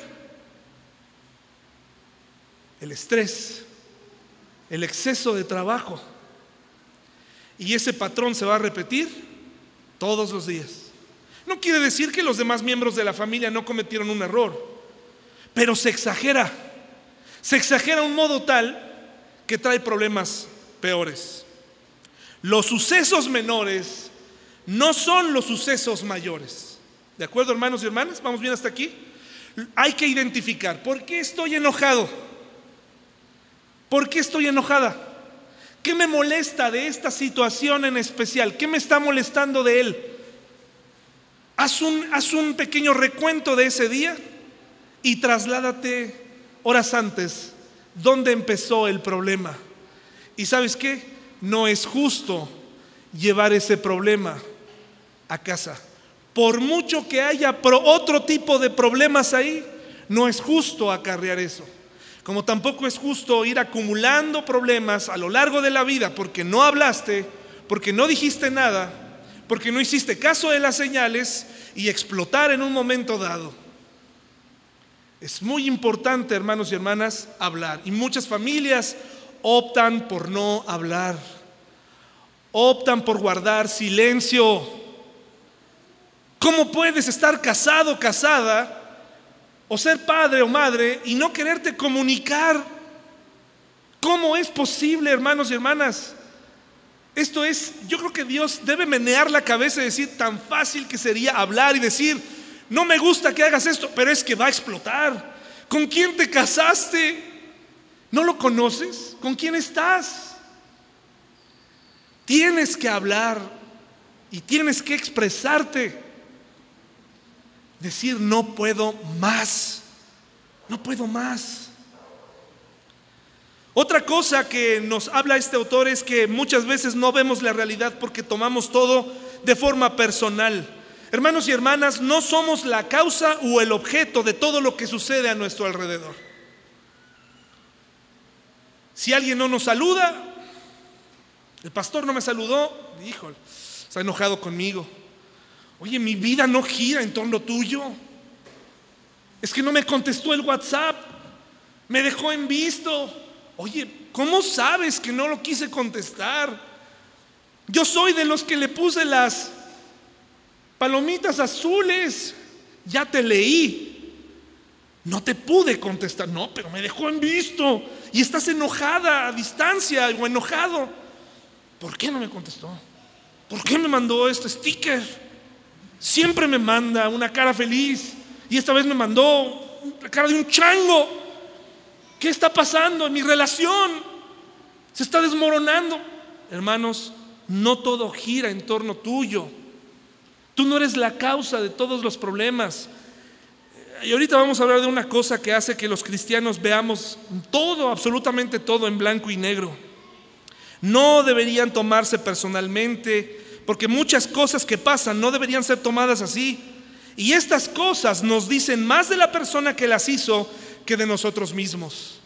El estrés, el exceso de trabajo. Y ese patrón se va a repetir todos los días. No quiere decir que los demás miembros de la familia no cometieron un error, pero se exagera. Se exagera a un modo tal que trae problemas peores. Los sucesos menores no son los sucesos mayores. ¿De acuerdo, hermanos y hermanas? ¿Vamos bien hasta aquí? Hay que identificar: ¿por qué estoy enojado? ¿Por qué estoy enojada? ¿Qué me molesta de esta situación en especial? ¿Qué me está molestando de él? Haz un, haz un pequeño recuento de ese día y trasládate horas antes dónde empezó el problema. ¿Y sabes qué? No es justo llevar ese problema a casa. Por mucho que haya otro tipo de problemas ahí, no es justo acarrear eso. Como tampoco es justo ir acumulando problemas a lo largo de la vida porque no hablaste, porque no dijiste nada, porque no hiciste caso de las señales y explotar en un momento dado. Es muy importante, hermanos y hermanas, hablar. Y muchas familias optan por no hablar, optan por guardar silencio. ¿Cómo puedes estar casado, casada, o ser padre o madre y no quererte comunicar? ¿Cómo es posible, hermanos y hermanas? Esto es, yo creo que Dios debe menear la cabeza y decir: tan fácil que sería hablar y decir: no me gusta que hagas esto, pero es que va a explotar. ¿Con quién te casaste? ¿No lo conoces? ¿Con quién estás? Tienes que hablar y tienes que expresarte. Decir: no puedo más, no puedo más. Otra cosa que nos habla este autor es que muchas veces no vemos la realidad porque tomamos todo de forma personal. Hermanos y hermanas, no somos la causa o el objeto de todo lo que sucede a nuestro alrededor. Si alguien no nos saluda, el pastor no me saludó, híjole, está enojado conmigo. Oye, mi vida no gira en torno tuyo. Es que no me contestó el WhatsApp, me dejó en visto. Oye, ¿cómo sabes que no lo quise contestar? Yo soy de los que le puse las palomitas azules. Ya te leí. No te pude contestar. No, pero me dejó en visto. Y estás enojada a distancia o enojado. ¿Por qué no me contestó? ¿por qué me mandó este sticker? Siempre me manda una cara feliz y esta vez me mandó la cara de un chango. ¿Qué está pasando? Mi relación se está desmoronando. Hermanos, no todo gira en torno tuyo. Tú no eres la causa de todos los problemas. Y ahorita vamos a hablar de una cosa que hace que los cristianos veamos todo, absolutamente todo, en blanco y negro. No deberían tomarse personalmente, porque muchas cosas que pasan no deberían ser tomadas así. Y estas cosas nos dicen más de la persona que las hizo que de nosotros mismos.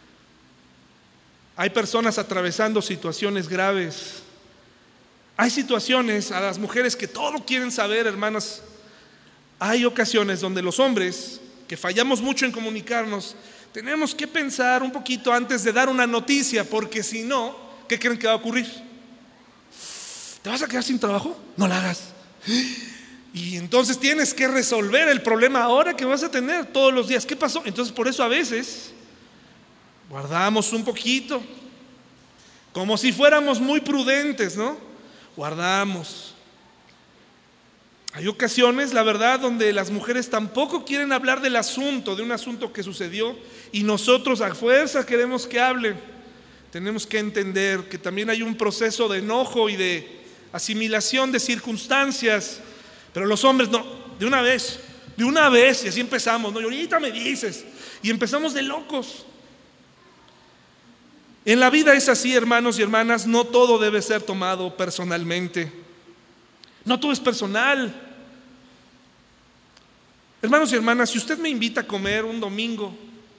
Hay personas atravesando situaciones graves. Hay situaciones a las mujeres que todo quieren saber, hermanas. Hay ocasiones donde los hombres, que fallamos mucho en comunicarnos, tenemos que pensar un poquito antes de dar una noticia, porque si no, ¿qué creen que va a ocurrir? ¿Te vas a quedar sin trabajo? No la hagas. Y entonces tienes que resolver el problema ahora que vas a tener todos los días. ¿Qué pasó? Entonces por eso a veces guardamos un poquito, como si fuéramos muy prudentes, ¿no? Guardamos. Hay ocasiones, la verdad, donde las mujeres tampoco quieren hablar del asunto, de un asunto que sucedió, y nosotros a fuerza queremos que hable. Tenemos que entender que también hay un proceso de enojo y de asimilación de circunstancias, pero los hombres no, de una vez, de una vez, y así empezamos, ¿no? Y ahorita me dices, y empezamos de locos. En la vida es así, hermanos y hermanas, no todo debe ser tomado personalmente. No todo es personal. Hermanos y hermanas, si usted me invita a comer un domingo,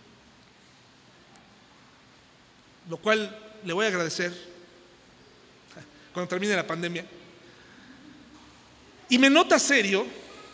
lo cual le voy a agradecer cuando termine la pandemia, y me nota serio,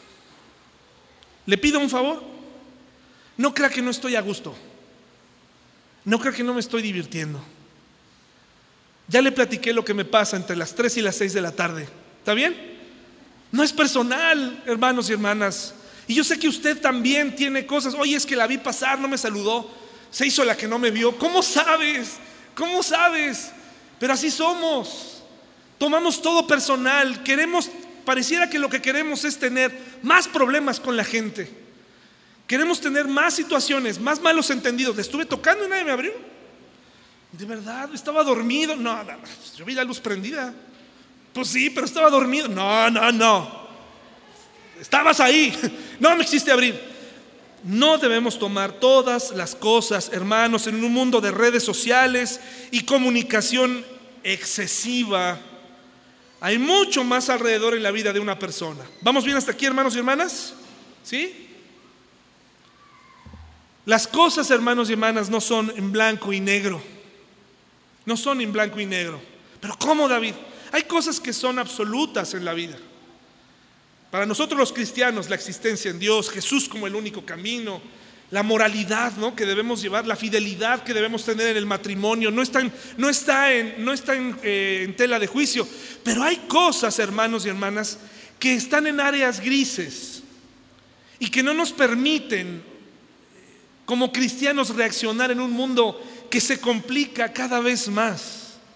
le pido un favor. No crea que no estoy a gusto. No crea que no me estoy divirtiendo. Ya le platiqué lo que me pasa entre las tres y las seis de la tarde. ¿Está bien? No es personal, hermanos y hermanas. Y yo sé que usted también tiene cosas. Oye, es que la vi pasar, no me saludó, se hizo la que no me vio. ¿Cómo sabes? ¿Cómo sabes? Pero así somos. Tomamos todo personal. Queremos, pareciera que lo que queremos es tener más problemas con la gente. Queremos tener más situaciones, más malos entendidos. Le estuve tocando y nadie me abrió. De verdad, estaba dormido. No, no, no, yo vi la luz prendida. Pues sí, pero estaba dormido. No, no, no. Estabas ahí. No me quisiste abrir. No debemos tomar todas las cosas, hermanos, en un mundo de redes sociales y comunicación excesiva. Hay mucho más alrededor en la vida de una persona. ¿Vamos bien hasta aquí, hermanos y hermanas? ¿Sí? Las cosas, hermanos y hermanas, no son en blanco y negro. No son en blanco y negro. Pero ¿cómo, David? Hay cosas que son absolutas en la vida. Para nosotros los cristianos, la existencia en Dios, Jesús como el único camino, la moralidad, ¿no?, que debemos llevar, la fidelidad que debemos tener en el matrimonio, no está en, no está en, no está en, eh, en tela de juicio. Pero hay cosas, hermanos y hermanas, que están en áreas grises y que no nos permiten como cristianos reaccionar en un mundo que se complica cada vez más.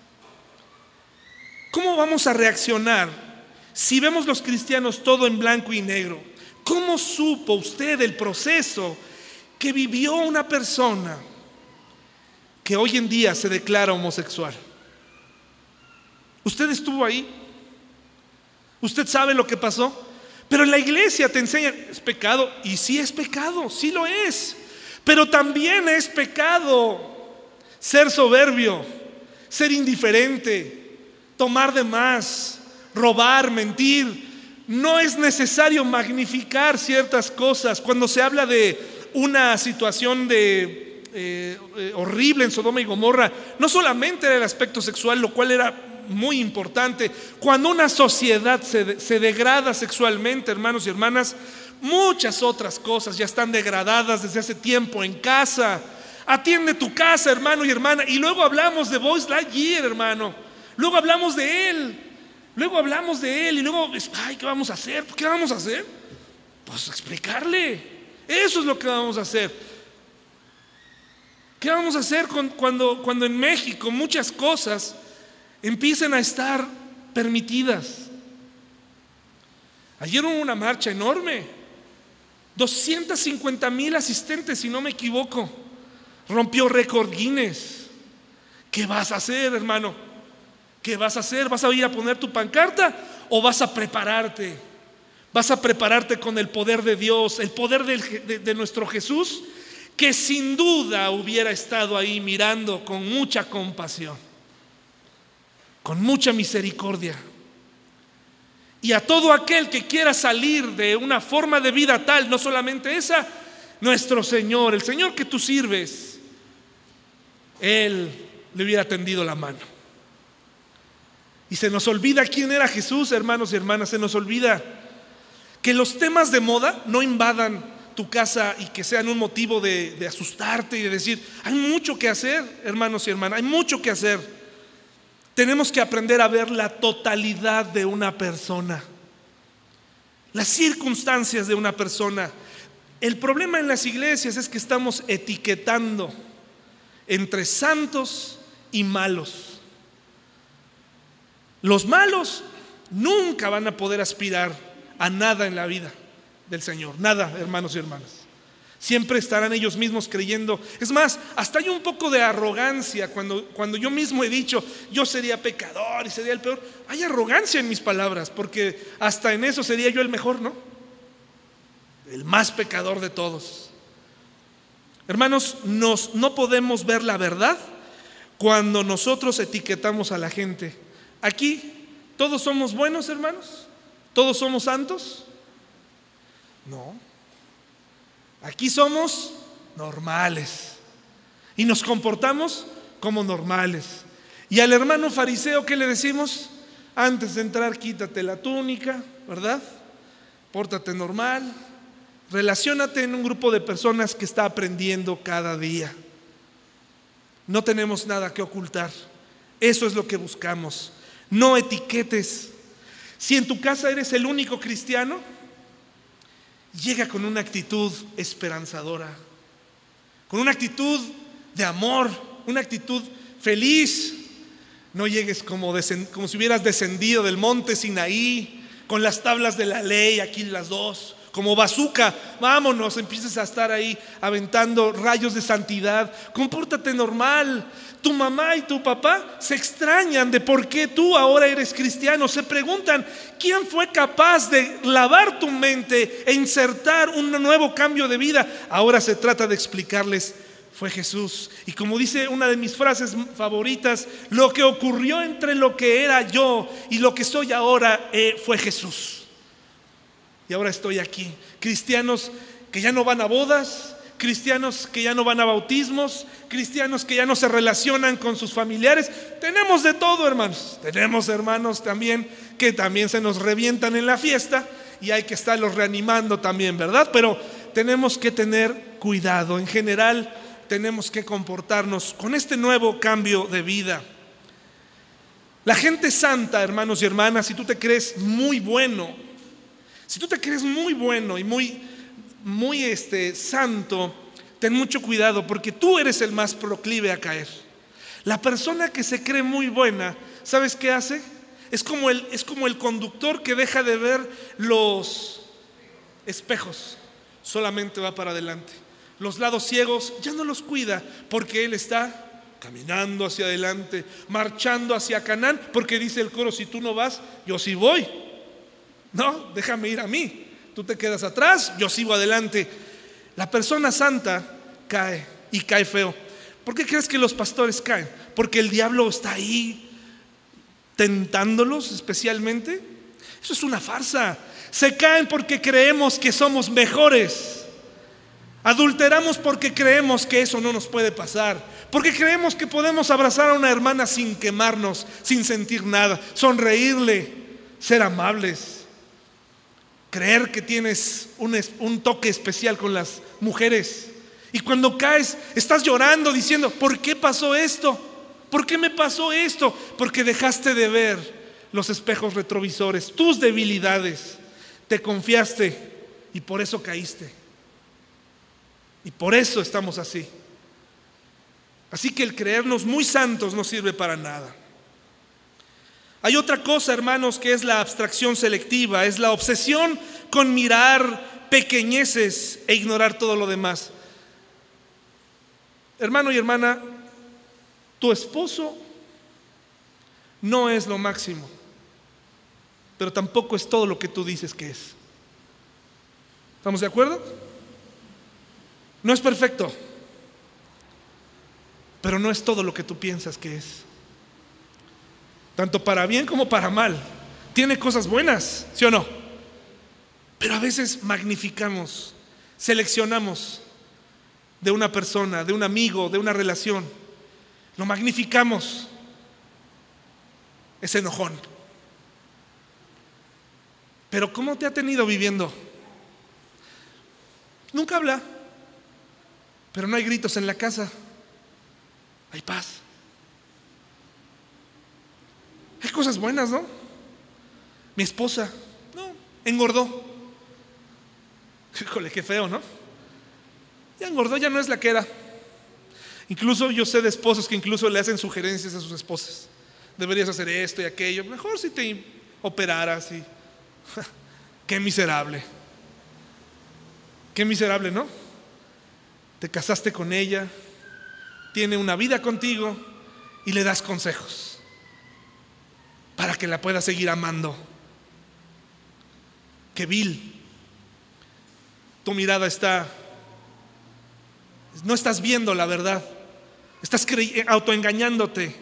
¿Cómo vamos a reaccionar si vemos los cristianos todo en blanco y negro? ¿Cómo supo usted el proceso que vivió una persona que hoy en día se declara homosexual? ¿Usted estuvo ahí? ¿Usted sabe lo que pasó? Pero en la iglesia te enseñan, es pecado, y sí es pecado, sí lo es. Pero también es pecado ser soberbio, ser indiferente, tomar de más, robar, mentir. No es necesario magnificar ciertas cosas. Cuando se habla de una situación de, eh, eh, horrible en Sodoma y Gomorra, no solamente era el aspecto sexual, lo cual era muy importante. Cuando una sociedad se, se degrada sexualmente, hermanos y hermanas, muchas otras cosas ya están degradadas desde hace tiempo en casa. Atiende tu casa, hermano y hermana. Y luego hablamos de Buzz Lightyear, hermano. Luego hablamos de él. Luego hablamos de él y luego, ay, ¿qué vamos a hacer? ¿Qué vamos a hacer? Pues explicarle. Eso es lo que vamos a hacer. ¿Qué vamos a hacer con, cuando, cuando en México muchas cosas empiecen a estar permitidas? Ayer hubo una marcha enorme, doscientos cincuenta mil asistentes, si no me equivoco. Rompió récord Guinness. ¿Qué vas a hacer, hermano? ¿Qué vas a hacer? ¿Vas a ir a poner tu pancarta o vas a prepararte? Vas a prepararte con el poder de Dios, el poder de, de, de nuestro Jesús, que sin duda hubiera estado ahí mirando con mucha compasión, con mucha misericordia. Y a todo aquel que quiera salir de una forma de vida tal, no solamente esa, nuestro Señor, el Señor que tú sirves, Él le hubiera tendido la mano. Y se nos olvida quién era Jesús, hermanos y hermanas. Se nos olvida que los temas de moda no invadan tu casa y que sean un motivo de, de asustarte y de decir, hay mucho que hacer, hermanos y hermanas, hay mucho que hacer. Tenemos que aprender a ver la totalidad de una persona, las circunstancias de una persona. El problema en las iglesias es que estamos etiquetando entre santos y malos. Los malos nunca van a poder aspirar a nada en la vida del Señor, nada, hermanos y hermanas. Siempre estarán ellos mismos creyendo. Es más, hasta hay un poco de arrogancia cuando, cuando yo mismo he dicho, yo sería pecador y sería el peor. Hay arrogancia en mis palabras, porque hasta en eso sería yo el mejor, ¿no? El más pecador de todos. Hermanos, nos, no podemos ver la verdad cuando nosotros etiquetamos a la gente. Aquí, ¿todos somos buenos, hermanos? ¿Todos somos santos? No. Aquí somos normales y nos comportamos como normales. Y al hermano fariseo, ¿qué le decimos? Antes de entrar, quítate la túnica, ¿verdad? Pórtate normal. Relaciónate en un grupo de personas que está aprendiendo cada día. No tenemos nada que ocultar. Eso es lo que buscamos. No etiquetes. Si en tu casa eres el único cristiano, llega con una actitud esperanzadora, con una actitud de amor, una actitud feliz. No llegues como, descend- como si hubieras descendido del monte Sinaí, con las tablas de la ley, aquí las dos, como bazooka, vámonos, empieces a estar ahí aventando rayos de santidad. Compórtate normal. Tu mamá y tu papá se extrañan de por qué tú ahora eres cristiano. Se preguntan, ¿quién fue capaz de lavar tu mente e insertar un nuevo cambio de vida? Ahora se trata de explicarles, fue Jesús. Y como dice una de mis frases favoritas, lo que ocurrió entre lo que era yo y lo que soy ahora eh, fue Jesús. Y ahora estoy aquí. Cristianos que ya no van a bodas, cristianos que ya no van a bautismos, cristianos que ya no se relacionan con sus familiares. Tenemos de todo, hermanos. Tenemos hermanos también que también se nos revientan en la fiesta y hay que estarlos reanimando también, ¿verdad? Pero tenemos que tener cuidado. En general, tenemos que comportarnos con este nuevo cambio de vida. La gente santa, hermanos y hermanas, si tú te crees muy bueno, si tú te crees muy bueno y muy, muy este, santo, ten mucho cuidado porque tú eres el más proclive a caer. La persona que se cree muy buena, ¿sabes qué hace? Es como el, es como el conductor que deja de ver los espejos, solamente va para adelante. Los lados ciegos ya no los cuida porque él está caminando hacia adelante, marchando hacia Canaán, porque dice el coro, si tú no vas, yo sí voy. No, déjame ir a mí. Tú te quedas atrás, yo sigo adelante. La persona santa cae y cae feo. ¿Por qué crees que los pastores caen? Porque el diablo está ahí tentándolos especialmente. Eso es una farsa. Se caen porque creemos que somos mejores. Adulteramos porque creemos que eso no nos puede pasar. Porque creemos que podemos abrazar a una hermana sin quemarnos, sin sentir nada, sonreírle, ser amables. Creer que tienes un, un toque especial con las mujeres. Y cuando caes, estás llorando diciendo, ¿por qué pasó esto? ¿Por qué me pasó esto? Porque dejaste de ver los espejos retrovisores, tus debilidades. Te confiaste y por eso caíste. Y por eso estamos así. Así que el creernos muy santos no sirve para nada. Hay otra cosa, hermanos, que es la abstracción selectiva, es la obsesión con mirar pequeñeces e ignorar todo lo demás. Hermano y hermana, tu esposo no es lo máximo, pero tampoco es todo lo que tú dices que es. ¿Estamos de acuerdo? No es perfecto, pero no es todo lo que tú piensas que es. Tanto para bien como para mal. Tiene cosas buenas, ¿sí o no? Pero a veces magnificamos, seleccionamos de una persona, de un amigo, de una relación. Lo magnificamos. Es enojón. Pero ¿cómo te ha tenido viviendo? Nunca habla, pero no hay gritos en la casa. Hay paz. Hay cosas buenas, ¿no? Mi esposa, no, engordó. Híjole, qué feo, ¿no? Ya engordó, ya no es la que era. Incluso yo sé de esposos que incluso le hacen sugerencias a sus esposas. Deberías hacer esto y aquello. Mejor si te operaras y... Qué miserable. Qué miserable, ¿no? Te casaste con ella, tiene una vida contigo y le das consejos para que la puedas seguir amando. Qué vil. Tu mirada está, no estás viendo la verdad, estás cre- autoengañándote.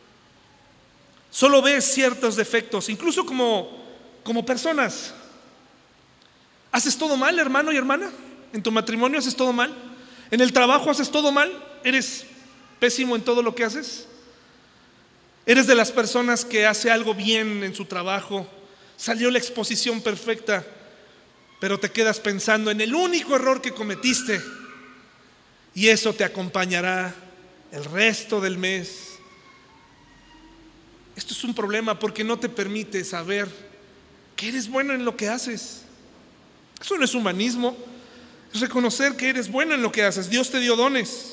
Solo ves ciertos defectos, incluso como, como personas. ¿Haces todo mal, hermano y hermana? ¿En tu matrimonio haces todo mal? ¿En el trabajo haces todo mal? ¿Eres pésimo en todo lo que haces? ¿Eres de las personas que hace algo bien en su trabajo? Salió la exposición perfecta, pero te quedas pensando en el único error que cometiste, y eso te acompañará el resto del mes. Esto es un problema porque no te permite saber que eres bueno en lo que haces. Eso no es humanismo, es reconocer que eres bueno en lo que haces. Dios te dio dones.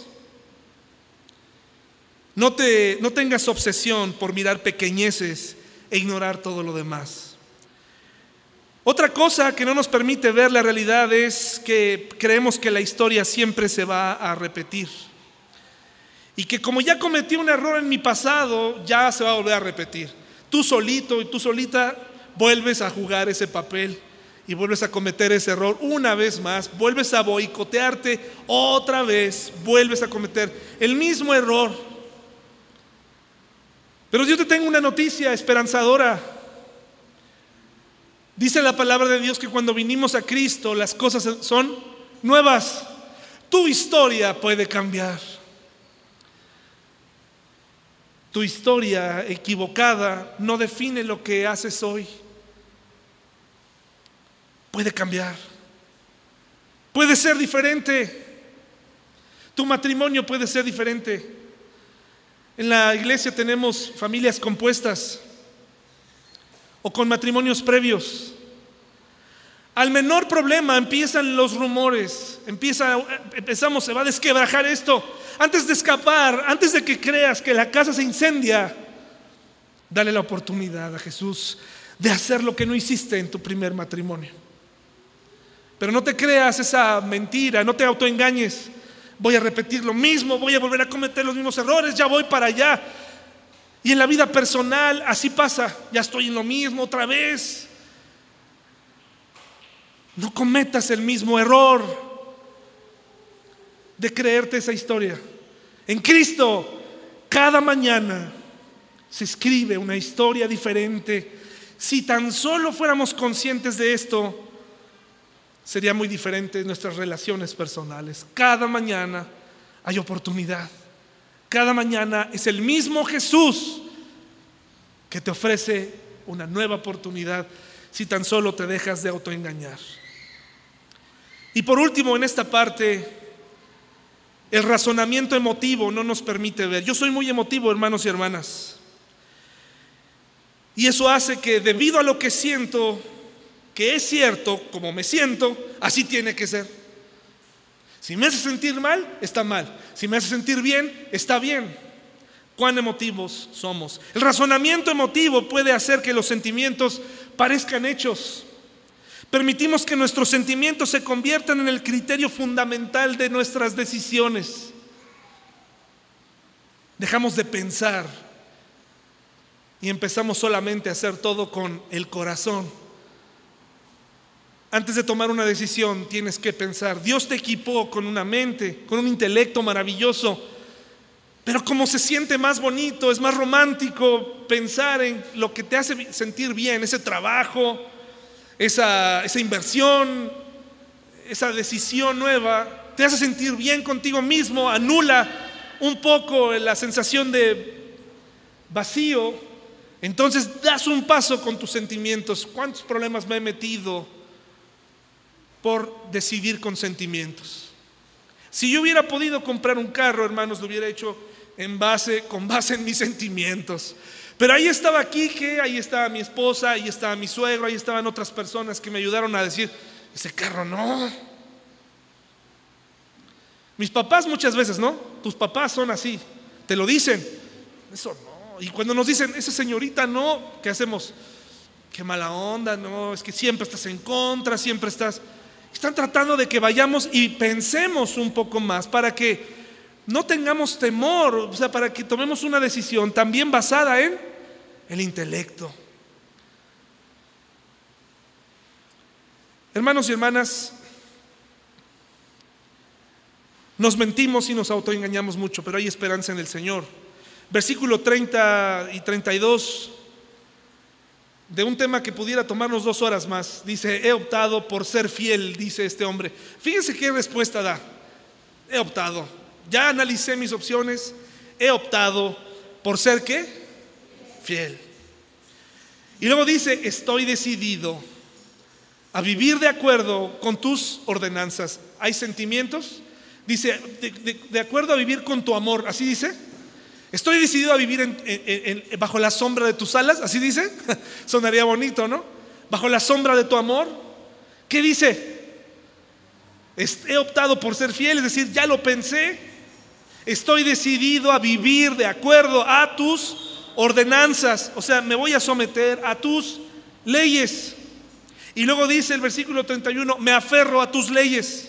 No te, no tengas obsesión por mirar pequeñeces e ignorar todo lo demás. Otra cosa que no nos permite ver la realidad es que creemos que la historia siempre se va a repetir. Y que como ya cometí un error en mi pasado, ya se va a volver a repetir. Tú solito y tú solita vuelves a jugar ese papel y vuelves a cometer ese error una vez más, vuelves a boicotearte otra vez, vuelves a cometer el mismo error. Pero yo te tengo una noticia esperanzadora. Dice la palabra de Dios que cuando vinimos a Cristo las cosas son nuevas. Tu historia puede cambiar. Tu historia equivocada no define lo que haces hoy. Puede cambiar. Puede ser diferente. Tu matrimonio puede ser diferente. En la iglesia tenemos familias compuestas o con matrimonios previos. Al menor problema empiezan los rumores, empieza, empezamos, se va a desquebrajar esto. Antes de escapar, antes de que creas que la casa se incendia, dale la oportunidad a Jesús de hacer lo que no hiciste en tu primer matrimonio. Pero no te creas esa mentira, no te autoengañes. Voy a repetir lo mismo, voy a volver a cometer los mismos errores, ya voy para allá. Y en la vida personal así pasa, ya estoy en lo mismo otra vez. No cometas el mismo error de creerte esa historia. En Cristo, cada mañana se escribe una historia diferente. Si tan solo fuéramos conscientes de esto, sería muy diferente en nuestras relaciones personales. Cada mañana hay oportunidad. Cada mañana es el mismo Jesús que te ofrece una nueva oportunidad si tan solo te dejas de autoengañar. Y por último, en esta parte, el razonamiento emotivo no nos permite ver. Yo soy muy emotivo, hermanos y hermanas. Y eso hace que debido a lo que siento, que es cierto, como me siento, así tiene que ser. Si me hace sentir mal, está mal. Si me hace sentir bien, está bien. cuán emotivos somos. El razonamiento emotivo puede hacer que los sentimientos parezcan hechos. Permitimos que nuestros sentimientos se conviertan en el criterio fundamental de nuestras decisiones. Dejamos de pensar y empezamos solamente a hacer todo con el corazón. Antes de tomar una decisión tienes que pensar. Dios te equipó con una mente, con un intelecto maravilloso, pero como se siente más bonito, es más romántico pensar en lo que te hace sentir bien, ese trabajo, esa, esa inversión, esa decisión nueva, te hace sentir bien contigo mismo, anula un poco la sensación de vacío. Entonces das un paso con tus sentimientos. ¿Cuántos problemas me he metido por decidir con sentimientos? Si yo hubiera podido comprar un carro, hermanos, lo hubiera hecho en base, con base en mis sentimientos. Pero ahí estaba Quique, ahí estaba mi esposa, ahí estaba mi suegro, ahí estaban otras personas que me ayudaron a decir, ese carro no. Mis papás muchas veces, ¿no? Tus papás son así, te lo dicen, eso no. Y cuando nos dicen, esa señorita no, ¿qué hacemos? Qué mala onda, no, es que siempre estás en contra, siempre estás... Están tratando de que vayamos y pensemos un poco más para que no tengamos temor, o sea, para que tomemos una decisión también basada en el intelecto. Hermanos y hermanas, nos mentimos y nos autoengañamos mucho, pero hay esperanza en el Señor. Versículo treinta y treinta y dos de un tema que pudiera tomarnos dos horas más. Dice, he optado por ser fiel, dice este hombre. Fíjense qué respuesta da. He optado, ya analicé mis opciones, he optado por ser ¿qué? Fiel. Y luego dice, estoy decidido a vivir de acuerdo con tus ordenanzas. ¿Hay sentimientos? Dice, de, de, de acuerdo a vivir con tu amor, así dice. Estoy decidido a vivir en, en, en, bajo la sombra de tus alas, así dice. Sonaría bonito, ¿no? Bajo la sombra de tu amor. ¿Qué dice? He optado por ser fiel, es decir, ya lo pensé. Estoy decidido a vivir de acuerdo a tus ordenanzas, o sea, me voy a someter a tus leyes. Y luego dice el versículo treinta y uno, me aferro a tus leyes.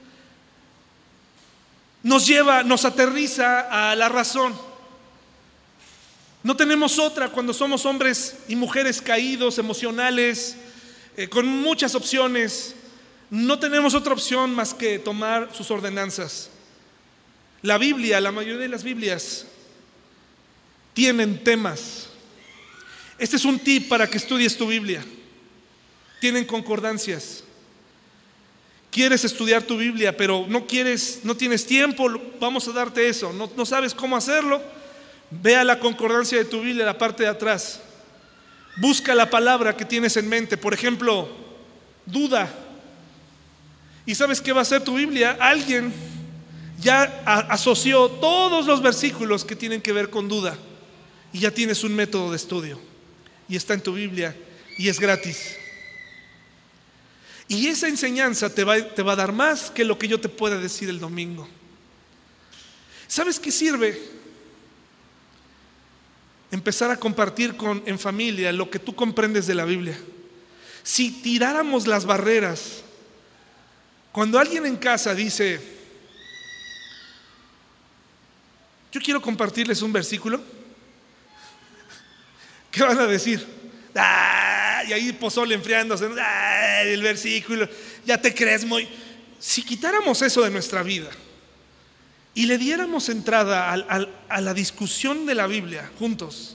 Nos lleva, nos aterriza a la razón. No tenemos otra cuando somos hombres y mujeres caídos, emocionales, eh, con muchas opciones. No tenemos otra opción más que tomar sus ordenanzas. La Biblia, la mayoría de las Biblias tienen temas. Este es un tip para que estudies tu Biblia. Tienen concordancias. Quieres estudiar tu Biblia, pero no quieres, no tienes tiempo, vamos a darte eso. No, no sabes cómo hacerlo. Ve a la concordancia de tu Biblia, la parte de atrás. Busca la palabra que tienes en mente. Por ejemplo, duda. ¿Y sabes qué va a hacer tu Biblia? Alguien ya asoció todos los versículos que tienen que ver con duda y ya tienes un método de estudio y está en tu Biblia y es gratis. Y esa enseñanza te va, te va a dar más que lo que yo te pueda decir el domingo. ¿Sabes qué sirve? Empezar a compartir con, en familia lo que tú comprendes de la Biblia. Si tiráramos las barreras, cuando alguien en casa dice, yo quiero compartirles un versículo, ¿qué van a decir? ¡Ah! Y ahí pozole enfriándose, ¡ah! El versículo, ya te crees muy... Si quitáramos eso de nuestra vida y le diéramos entrada a, a, a la discusión de la Biblia juntos,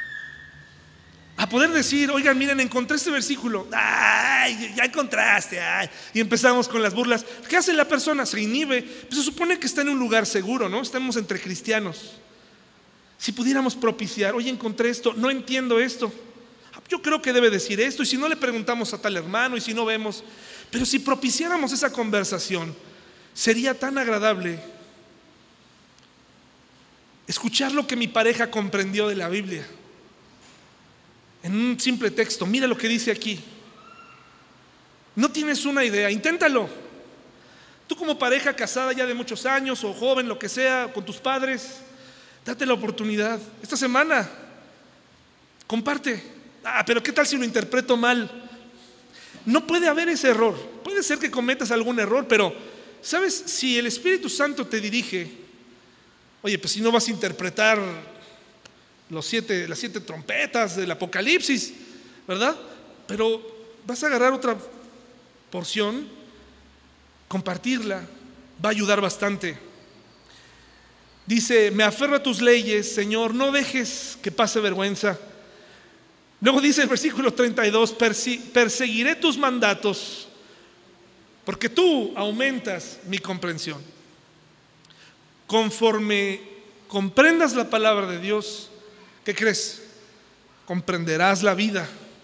a poder decir, oigan, miren, encontré este versículo, ay, ya encontraste, ay. Y empezamos con las burlas. ¿Qué hace la persona? Se inhibe. Pues se supone que está en un lugar seguro, ¿no? Estamos entre cristianos. Si pudiéramos propiciar, oye, encontré esto, no entiendo esto, yo creo que debe decir esto, y si no le preguntamos a tal hermano, y si no vemos, pero si propiciáramos esa conversación, sería tan agradable escuchar lo que mi pareja comprendió de la Biblia en un simple texto. Mira lo que dice aquí. No tienes una idea, inténtalo. Tú como pareja casada ya de muchos años o joven, lo que sea, con tus padres, Date la oportunidad. Esta semana, comparte. Ah, pero ¿qué tal si lo interpreto mal? No puede haber ese error. Puede ser que cometas algún error, pero ¿sabes? Si el Espíritu Santo te dirige, oye, pues si no vas a interpretar los siete, las siete trompetas del Apocalipsis, ¿verdad? Pero vas a agarrar otra porción, compartirla, va a ayudar bastante. Dice, me aferro a tus leyes, Señor, no dejes que pase vergüenza. Luego dice el versículo treinta y dos, perseguiré tus mandatos, porque tú aumentas mi comprensión. Conforme comprendas la palabra de Dios, ¿qué crees? Comprenderás la vida,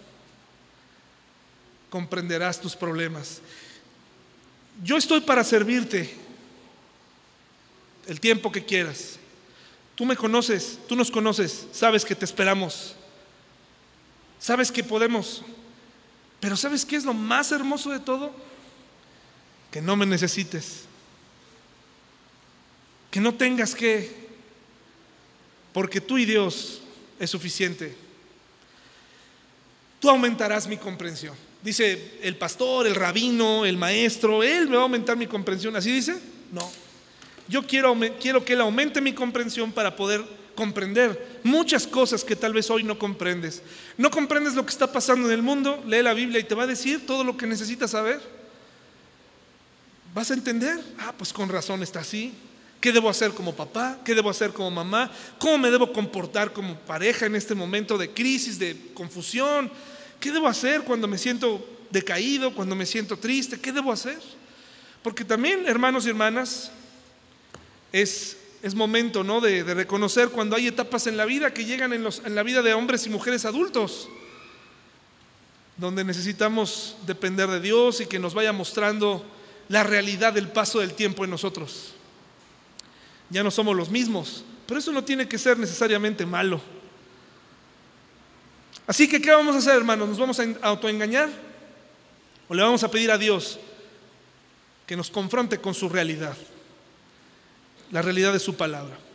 comprenderás tus problemas. Yo estoy para servirte el tiempo que quieras. Tú me conoces, tú nos conoces, sabes que te esperamos, sabes que podemos, pero ¿sabes qué es lo más hermoso de todo? Que no me necesites, que no tengas que, porque tú y Dios es suficiente. Tú aumentarás mi comprensión. Dice el pastor, el rabino, el maestro, él me va a aumentar mi comprensión. ¿Así dice? No. Yo quiero, quiero que él aumente mi comprensión para poder comprender muchas cosas que tal vez hoy no comprendes. ¿No comprendes lo que está pasando en el mundo? Lee la Biblia y te va a decir todo lo que necesitas saber. ¿Vas a entender? Ah, pues con razón está así. ¿Qué debo hacer como papá? ¿Qué debo hacer como mamá? ¿Cómo me debo comportar como pareja en este momento de crisis, de confusión? ¿Qué debo hacer cuando me siento decaído, cuando me siento triste? ¿Qué debo hacer? Porque también, hermanos y hermanas, es, es momento, ¿no?, de, de reconocer cuando hay etapas en la vida que llegan en, los, en la vida de hombres y mujeres adultos, donde necesitamos depender de Dios y que nos vaya mostrando la realidad del paso del tiempo en nosotros. Ya no somos los mismos, pero eso no tiene que ser necesariamente malo. Así que, ¿qué vamos a hacer, hermanos? ¿Nos vamos a autoengañar? ¿O le vamos a pedir a Dios que nos confronte con su realidad? La realidad de su palabra.